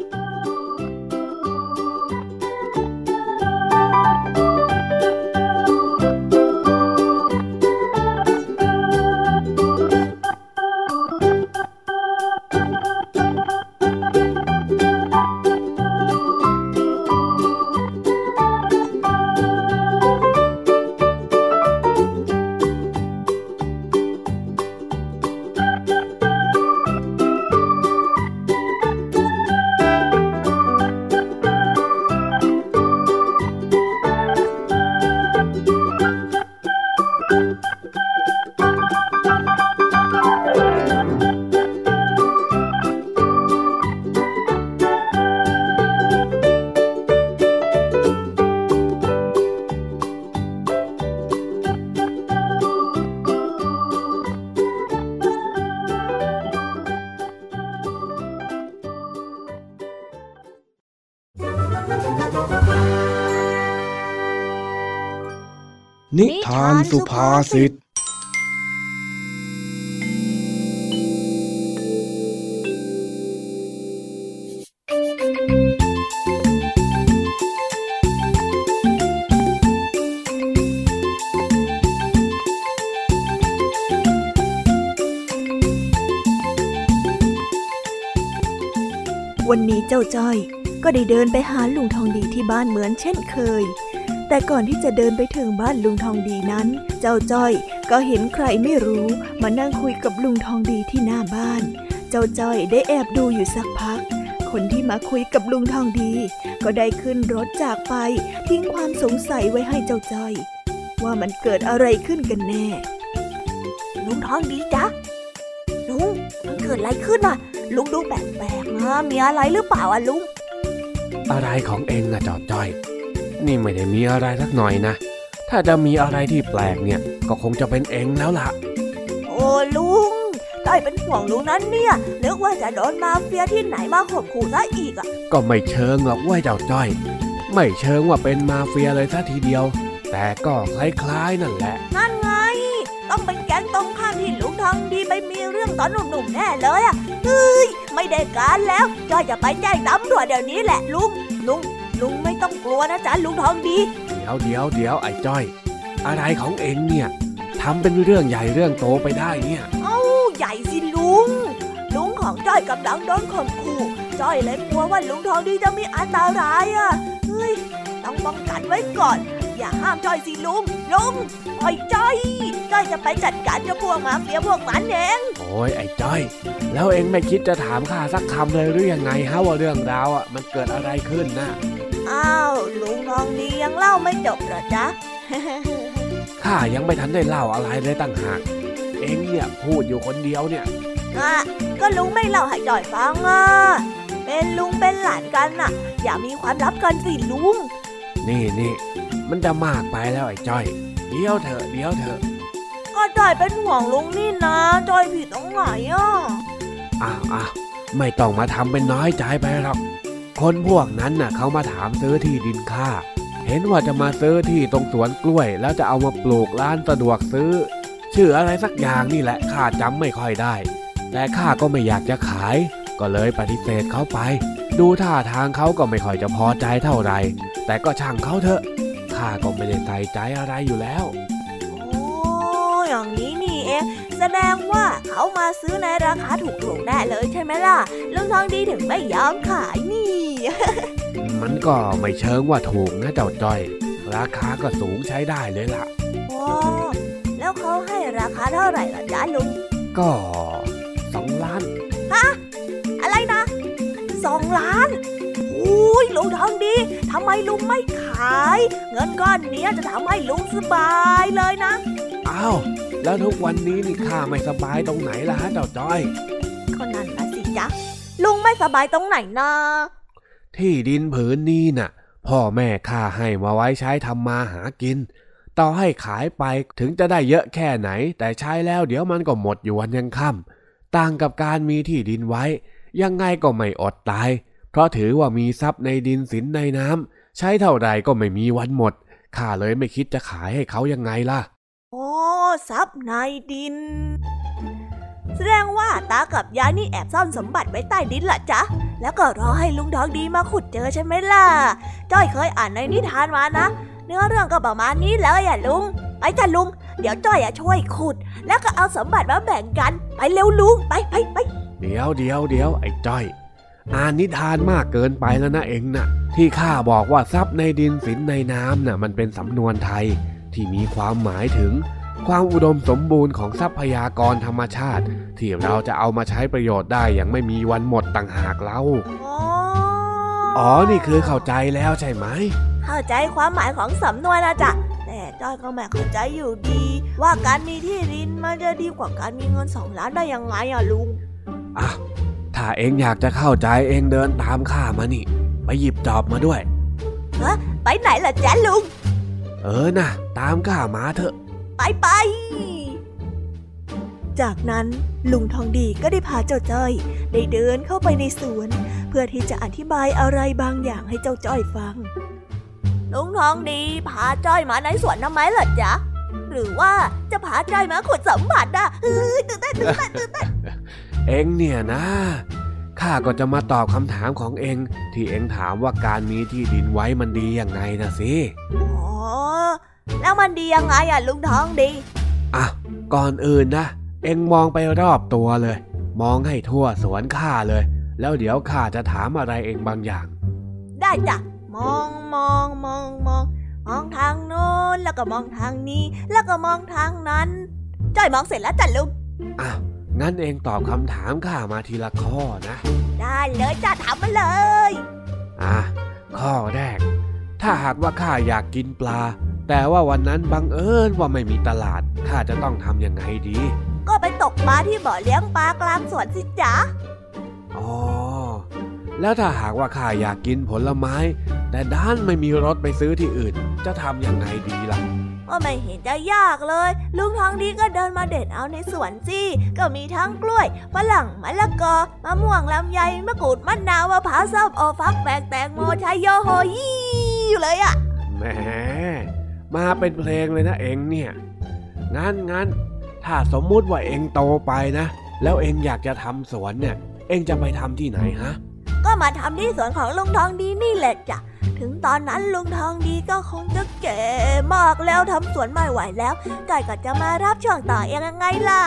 นิทานสุภาษิตวันนี้เจ้าจ้อยก็ได้เดินไปหาลุงทองดีที่บ้านเหมือนเช่นเคยแต่ก่อนที่จะเดินไปถึงบ้านลุงทองดีนั้นเจ้าจ้อยก็เห็นใครไม่รู้มานั่งคุยกับลุงทองดีที่หน้าบ้านเจ้าจ้อยได้แอบดูอยู่สักพักคนที่มาคุยกับลุงทองดีก็ได้ขึ้นรถจากไปทิ้งความสงสัยไว้ให้เจ้าจ้อยว่ามันเกิดอะไรขึ้นกันแน่ลุงทองดีจ๊ะลุงมันเกิดอะไรขึ้นน่ะลุงดูแปลกๆนะมีอะไรหรือเปล่าอ่ะลุงอะไรของเองนะจอดจ้อยนี่ไม่ได้มีอะไรสักหน่อยนะถ้าจะมีอะไรที่แปลกเนี่ยก็คงจะเป็นเองแล้วล่ะโอ้ลุงจ้อยเป็นห่วงลุงนั้นเนี่ยนึกว่าจะโดนมาเฟียที่ไหนมาข่มขู่ซะอีกอ่ะก็ไม่เชิงหรอกว่าเจ้าจ้อยไม่เชิงว่าเป็นมาเฟียเลยซะทีเดียวแต่ก็คล้ายๆนั่นแหละนั่นไงต้องเป็นแก๊งตรงข้ามที่ลุงทองดีไปมีเรื่องตอนหนุ่มๆแน่เลยอ่ะเฮ้ยไม่ได้การแล้วจ้อยจะไปแจ้งตำรวจเดี๋ยวนี้แหละลุงไม่ต้องกลัวนะจ๊ะลุงทองดีเดี๋ยวไอ้จ้อยอะไรของเอ็งเนี่ยทำเป็นเรื่องใหญ่เรื่องโตไปได้เนี่ยเอ้าใหญ่สิลุงของจ้อยกำลังโดนข่มขู่จ้อยเลยกลัวว่าลุงทองดีจะมีอันตรายอ่ะเฮ้ยต้องป้องกันไว้ก่อนอย่าห้ามจ้อยสิลุงปล่อยจ้อยจะไปจัดการเจ้าพวกมาเฟียพวกมันเองโอ้ยไอ้จ้อยแล้วเอ็งไม่คิดจะถามข้าสักคำเลยหรือยังไงฮะว่าเรื่องราวอ่ะมันเกิดอะไรขึ้นนะอ้าวลุงทองดียังเล่าไม่จบเหรอจ๊ะข้ายังไม่ทันได้เล่าอะไรเลยตั้งหากเอ็งเนี่ยพูดอยู่คนเดียวเนี่ยก็ลุงไม่เล่าให้จ้อยฟังอ่ะเป็นลุงเป็นหลานกันน่ะอย่ามีความลับกันสิลุงนี่มันจะมากไปแล้วไอ้จ้อยเดี๋ยวเถอะก็จ้อยเป็นห่วงลุงนี่นะจ้อยผิดตรงไหนอ่ะอ้าวไม่ต้องมาทำเป็นน้อยใจไปหรอกคนพวกนั้นน่ะเขามาถามซื้อที่ดินข้าเห็นว่าจะมาซื้อที่ตรงสวนกล้วยแล้วจะเอามาปลูกร้านสะดวกซื้อชื่ออะไรสักอย่างนี่แหละข้าจำไม่ค่อยได้แต่ข้าก็ไม่อยากจะขายก็เลยปฏิเสธเขาไปดูท่าทางเขาก็ไม่ค่อยจะพอใจเท่าไหร่แต่ก็ช่างเขาเถอะข้าก็ไม่ได้ใส่ใจอะไรอยู่แล้วโอ้อย่างนี้นี่เองแสดงว่าเขามาซื้อในราคาถูกๆแน่เลยใช่ไหมล่ะลุงทองดีถึงไม่ยอมขายนี่มันก็ไม่เชิงว่าถูกนะเจ้าจ้อยราคาก็สูงใช้ได้เลยล่ะอ๋อแล้วเขาให้ราคาเท่าไหร่ล่ะจ๊ะลุงก็2 ล้านฮะอะไรนะ2 ล้านอุ้ยลุงทองดีทำไมลุงไม่ขายเงินก้อนนี้จะทำให้ลุงสบายเลยนะอ้าวแล้วทุกวันนี้นี่ข้าไม่สบายตรงไหนล่ะฮะเจ้าจ้อยก็นั่นนะสิจ๊ะลุงไม่สบายตรงไหนนะที่ดินผืนนี้น่ะพ่อแม่ข้าให้มาไว้ใช้ทำมาหากินต่อให้ขายไปถึงจะได้เยอะแค่ไหนแต่ใช้แล้วเดี๋ยวมันก็หมดอยู่วันยังค่ำต่างกับการมีที่ดินไว้ยังไงก็ไม่อดตายเพราะถือว่ามีทรัพย์ในดินสินในน้ำใช้เท่าใดก็ไม่มีวันหมดข้าเลยไม่คิดจะขายให้เขายังไงล่ะโอ้ทรัพย์ในดินแสดงว่าตากับยายนี่แอบซ่อนสมบัติไว้ใต้ดินล่ะจ๊ะแล้วก็รอให้ลุงทองดีมาขุดเจอใช่ไหมล่ะจ้อยเคยอ่านในนิทานมานะเนื้อเรื่องก็ประมาณนี้เลยอ่ะลุงไปจ้ะลุงเดี๋ยวจ้อยช่วยขุดแล้วก็เอาสมบัติมาแบ่งกันไปเร็วลุงไปเดี๋ยวไอ้จ้อยอ่านนิทานมากเกินไปแล้วนะเองน่ะที่ข้าบอกว่าทรัพย์ในดินสินในน้ำน่ะมันเป็นสำนวนไทยที่มีความหมายถึงความอุดมสมบูรณ์ของทรัพยากรธรรมชาติที่เราจะเอามาใช้ประโยชน์ได้อย่างไม่มีวันหมดต่างหากเราอ๋อนี่คือเข้าใจแล้วใช่ไหมเข้าใจความหมายของสำนวนนะจ๊ะแต่จ้อยก็ไม่เข้าใจอยู่ดีว่าการมีที่ดินมันจะดีกว่าการมีเงิน2 ล้านได้ยังไงอ่ะลุงอ่ะถ้าเองอยากจะเข้าใจเองเดินตามข้ามานี่ไปหยิบจอบมาด้วยไปไหนล่ะจ๊ะลุงนะตามข้ามาเถอะไปจากนั้นลุงทองดีก็ได้พาเจ้าจ้อยได้เดินเข้าไปในสวนเพื่อที่จะอธิบายอะไรบางอย่างให้เจ้าจ้อยฟังลุงทองดีพาจ้อยมาในสวนทำไมล่ะจ๊ะหรือว่าจะพาจ้อยมาขุดสมบัตินะตื่นเต้นเอ็งเนี่ยนะข้าก็จะมาตอบคำถามของเอ็งที่เอ็งถามว่าการมีที่ดินไว้มันดียังไงนะสิอ๋อแล้วมันดียังไงอ่ะลุงทองดีอ่ะก่อนอื่นนะเอ็งมองไปรอบตัวเลยมองให้ทั่วสวนข้าเลยแล้วเดี๋ยวข้าจะถามอะไรเองบางอย่างได้จ้ะมองทางโน้นแล้วก็มองทางนี้แล้วก็มองทางนั้นจ้อยมองเสร็จแล้วจ้ะลุงอ้าวงั้นเองตอบคำถามข้ามาทีละข้อนะได้เลยจ้ะถามมาเลยข้อแรกถ้าหากว่าข้าอยากกินปลาแต่ว่าวันนั้นบังเอิญว่าไม่มีตลาดข้าจะต้องทำยังไงดีก็ไปตกปลาที่บ่อเลี้ยงปลากลางสวนสิจ๊ะอ๋อแล้วถ้าหากว่าข้าอยากกินผลไม้แต่ด้านไม่มีรถไปซื้อที่อื่นจะทำยังไงดีล่ะก็ไม่เห็นจะยากเลยลุงทองดีก็เดินมาเด็ดเอาในสวนสิก็มีทั้งกล้วยฝรั่งมะละกอมะม่วงลำไยมะกรูดมะนาวมะพร้าวส้มโอฟักแฝกแตงโมชัยโยโฮยี่อยู่เลยอะแหมมาเป็นเพลงเลยนะเองเนี่ยงั้นถ้าสมมุติว่าเองโตไปนะแล้วเองอยากจะทำสวนเนี่ยเองจะไปทำที่ไหนฮะก็มาทำที่สวนของลุงทองดีนี่แหละจ้ะถึงตอนนั้นลุงทองดีก็คงจะแก่มากแล้วทำสวนไม่ไหวแล้วจ้อยก็จะมารับช่วงต่อเองยังไงล่ะ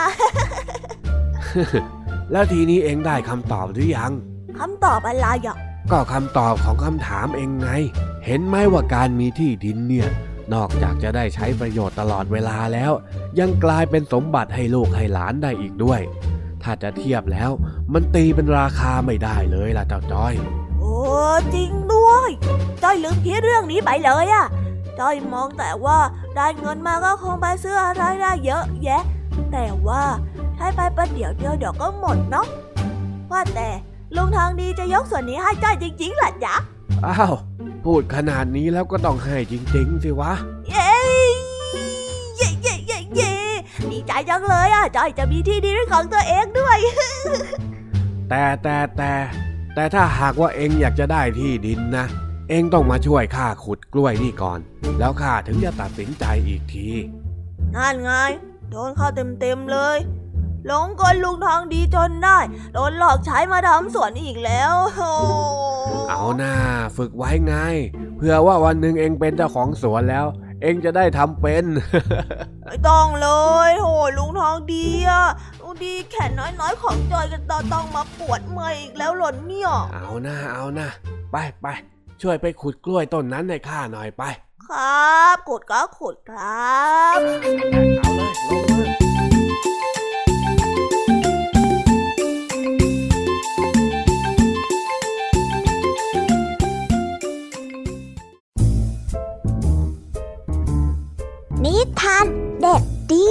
แล้วทีนี้เองได้คำตอบหรือยังคำตอบอะไรอ่ะก็คำตอบของคำถามเองไงเห็นไหมว่าการมีที่ดินเนี่ยนอกจากจะได้ใช้ประโยชน์ตลอดเวลาแล้วยังกลายเป็นสมบัติให้ลูกให้หลานได้อีกด้วยถ้าจะเทียบแล้วมันตีเป็นราคาไม่ได้เลยล่ะเจ้าจ้อยโอ้จริงด้วยจ้อยลืมคิดเรื่องนี้ไปเลยอ่ะจ้อยมองแต่ว่าได้เงินมาก็คงไปซื้ออะไรได้เยอะแยะแต่ว่าใช้ไปประเดี๋ยวเดียวก็หมดเนาะว่าแต่ลุงทองดีจะยกส่วนนี้ให้จ้อยจริงๆหรอจ๊ะอ้าวพูดขนาดนี้แล้วก็ต้องให้จริงๆสิวะเย้ดีใจจังเลยอ่ะจ้อยจะมีที่ดินของตัวเองด้วยแต่ถ้าหากว่าเองอยากจะได้ที่ดินนะเองต้องมาช่วยข้าขุดกล้วยนี่ก่อนแล้วข้าถึงจะตัดสินใจอีกทีนั่นไงโดนเข้าเต็มเลยหลงกลลุงทองดีจนได้โดนหลอกใช้มาทำสวนอีกแล้วเอาหน้าฝึกไว้ไงเพื่อว่าวันหนึ่งเองเป็นเจ้าของสวนแล้วเองจะได้ทำเป็นไม่ต้องเลยโหลุงทองดีอ่ะลุงดีแขนน้อยๆของจอยกันต้องมาปวดเมื่อยอีกแล้วหล่นเนี่ยเอานะไปช่วยไปขุดกล้วยต้นนั้นให้ข้าหน่อยไปครับขุดก็ขุดครับเอาเลยลงมือนิทานเด็กดี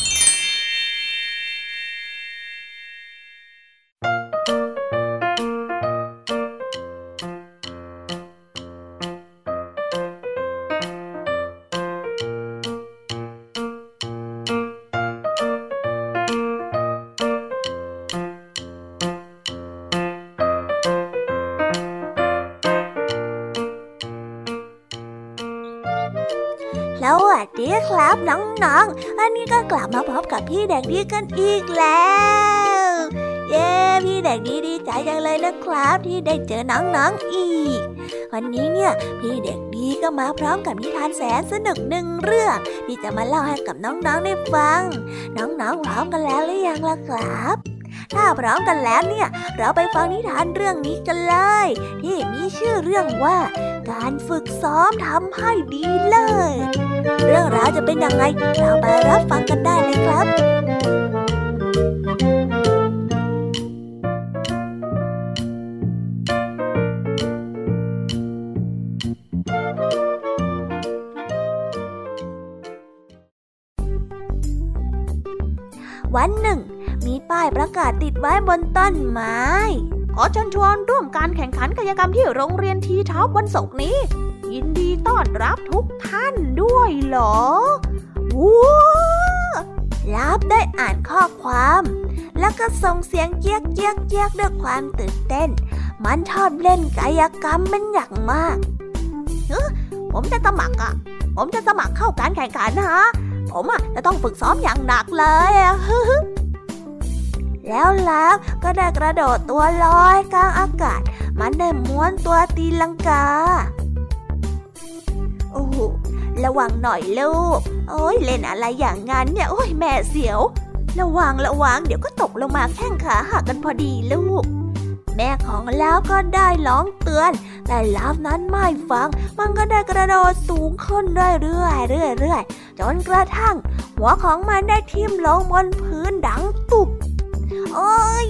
สวัสดีครับน้องๆอันนี้ก็กลับมาพบกับพี่เด็กดีกันอีกแล้วเย้พี่เด็กดีดีใจจังเลยนะครับที่ได้เจอน้องๆอีกวันนี้เนี่ยพี่เด็กดีก็มาพร้อมกับนิทานแสนสนุกหนึ่งเรื่องที่จะมาเล่าให้กับน้องๆได้ฟังน้องๆพร้อมกันแล้วหรือยังล่ะครับถ้าพร้อมกันแล้วเนี่ยเราไปฟังนิทานเรื่องนี้กันเลยที่มีชื่อเรื่องว่าการฝึกซ้อมทำให้ดีเลิศเรื่องราวจะเป็นยังไงเราไปรับฟังกันได้เลยครับวันหนึ่งมีป้ายประกาศติดไว้บนต้นไม้ขอเชิญชวนร่วมการแข่งขันกายกรรมที่โรงเรียนทีท็อปวันศุกร์นี้ยินดีต้อนรับทุกท่านด้วยเหรอว้าลับได้อ่านข้อความแล้วก็ส่งเสียงเจี๊ยกด้วยความตื่นเต้นมันชอบเล่นกายกรรมเป็นอย่างมากผมจะสมัครเข้าการแข่งขันนะผมจะต้องฝึกซ้อมอย่างหนักเลยแล้วลับก็ได้กระโดดตัวลอยกลางอากาศมันได้ม้วนตัวตีลังกาโอ้โหระวังหน่อยลูกโอ้ยเล่นอะไรอย่างงั้นเนี่ยโอ้ยแม่เสียวระวังเดี๋ยวก็ตกลงมาแข้งขาหักกันพอดีลูกแม่ของลาฟก็ได้ร้องเตือนแต่ลาฟนั้นไม่ฟังมันก็ได้กระโดดสูงขึ้นเรื่อยๆจนกระทั่งหัวของมันได้ทิ่มลงบนพื้นดังตุบโอ้ย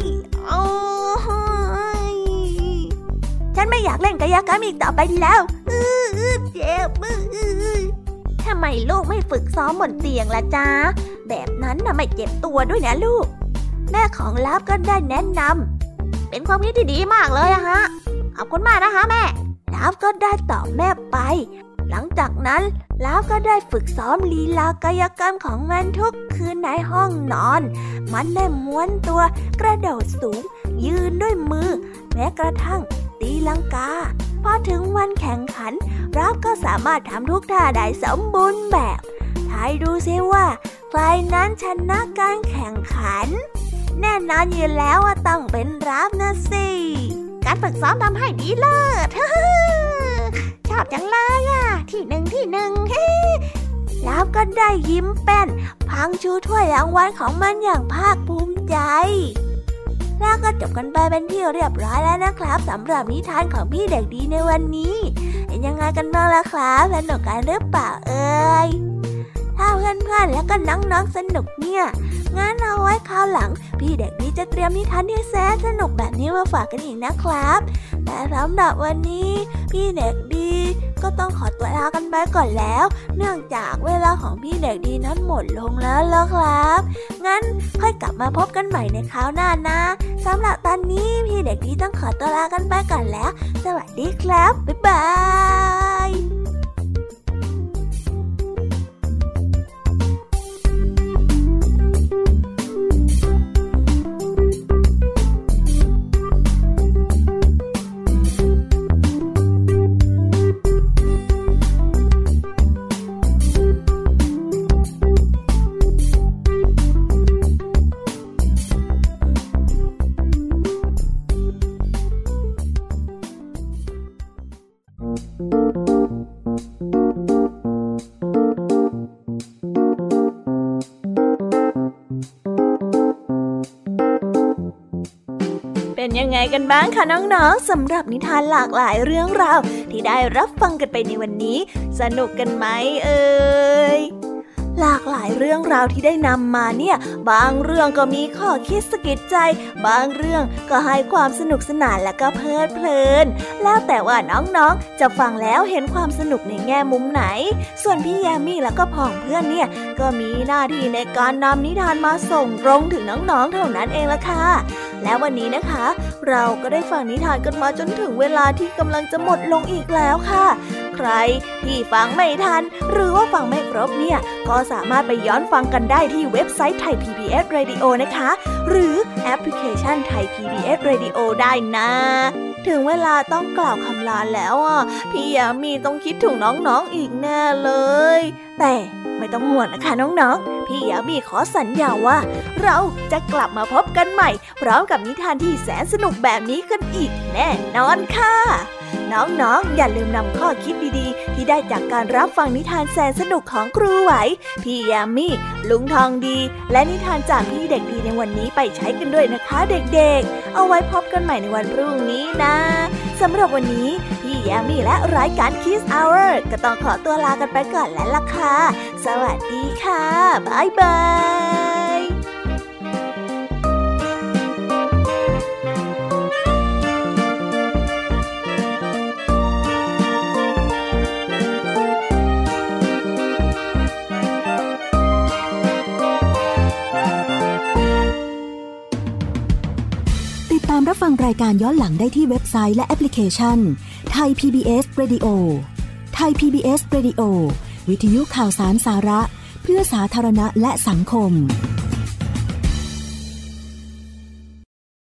ฉันไม่อยากเล่นกายกรรมอีกต่อไปแล้วเจ็บทำไมลูกไม่ฝึกซ้อมบนเตียงล่ะจ๊ะแบบนั้นน่ะไม่เจ็บตัวด้วยนะลูกแม่ของลาฟก็ได้แนะนำเป็นความคิดที่ดีมากเลยอะฮะขอบคุณมากนะคะแม่ลาฟก็ได้ตอบแม่ไปหลังจากนั้นลาฟก็ได้ฝึกซ้อมลีลากายกรรมของมันทุกคืนในห้องนอนมันได้ม้วนตัวกระโดดสูงยืนด้วยมือแม้กระทั่งตีลังกาพอถึงวันแข่งขันลาฟก็สามารถทำทุกท่าได้สมบูรณ์แบบทายดูซิว่าใครนั้นชนะการแข่งขันแน่นอนอยู่แล้วว่าต้องเป็นลาฟนะสิการฝึกซ้อมทำให้ดีเลิศ ชอบจังเลยอ่ะที่หนึ่งลาฟก็ได้ยิ้มแป้นพังชูถ้วยรางวัลของมันอย่างภาคภูมิใจแล้วก็จบกันไปเป็นที่เรียบร้อยแล้วนะครับสำหรับนิทานของพี่เด็กดีในวันนี้เป็นยังไงกันบ้างล่ะครับสนุกกันหรือเปล่าเอ่ยถ้าเพื่อนๆแล้วก็น้องๆสนุกเนี่ยงั้นเอาไว้คราวหลังพี่เด็กดีจะเตรียมนิทานที่แสนสนุกแบบนี้มาฝากกันอีกนะครับแต่สำหรับวันนี้พี่เด็กดีก็ต้องขอตัวลากันไปก่อนแล้วเนื่องจากเวลาของพี่เด็กดีนั้นหมดลงแล้วล่ะครับงั้นค่อยกลับมาพบกันใหม่ในคราวหน้านะสำหรับตอนนี้พี่เด็กดีต้องขอตัวลากันไปก่อนแล้วสวัสดีครับบ๊ายบายเป็นยังไงกันบ้างคะน้องๆสำหรับนิทานหลากหลายเรื่องราวที่ได้รับฟังกันไปในวันนี้สนุกกันไหมเอ่ยหลากหลายเรื่องราวที่ได้นำมาเนี่ยบางเรื่องก็มีข้อคิดสะกิดใจบางเรื่องก็ให้ความสนุกสนานและก็เพลิดเพลินแล้วแต่ว่าน้องๆจะฟังแล้วเห็นความสนุกในแง่มุมไหนส่วนพี่แยมมี่แล้วก็พ่องเพื่อนเนี่ยก็มีหน้าที่ในการนำนิทานมาส่งตรงถึงน้องๆเท่านั้นเองล่ะค่ะและวันนี้นะคะเราก็ได้ฟังนิทานกันมาจนถึงเวลาที่กำลังจะหมดลงอีกแล้วค่ะใครที่ฟังไม่ทันหรือว่าฟังไม่ครบเนี่ยก็สามารถไปย้อนฟังกันได้ที่เว็บไซต์ Thai PBS Radio นะคะหรือแอปพลิเคชัน Thai PBS Radio ได้นะถึงเวลาต้องกล่าวคำลาแล้วอ่ะพี่ยามีต้องคิดถึงน้องๆอีกแน่เลยแต่ไม่ต้องห่วงนะคะน้องๆพี่ยามีขอสัญญาว่าเราจะกลับมาพบกันใหม่พร้อมกับนิทานที่แสนสนุกแบบนี้กันอีกแน่นอนค่ะน้องๆอย่าลืมนำข้อคิดดีๆที่ได้จากการรับฟังนิทานแสนสนุกของครูไหวพี่ยามีลุงทองดีและนิทานจากพี่เด็กดีในวันนี้ไปใช้กันด้วยนะคะเด็กๆเอาไว้พบกันใหม่ในวันพรุ่งนี้นะสำหรับวันนี้พี่ยามีและรายการ Kids Hour ก็ต้องขอตัวลากันไปก่อนแล้วล่ะค่ะสวัสดีค่ะบ๊ายบายตามรับฟังรายการย้อนหลังได้ที่เว็บไซต์และแอปพลิเคชัน Thai PBS Radio Thai PBS Radio วิทยุข่าวสารสาระเพื่อสาธารณะและสังคม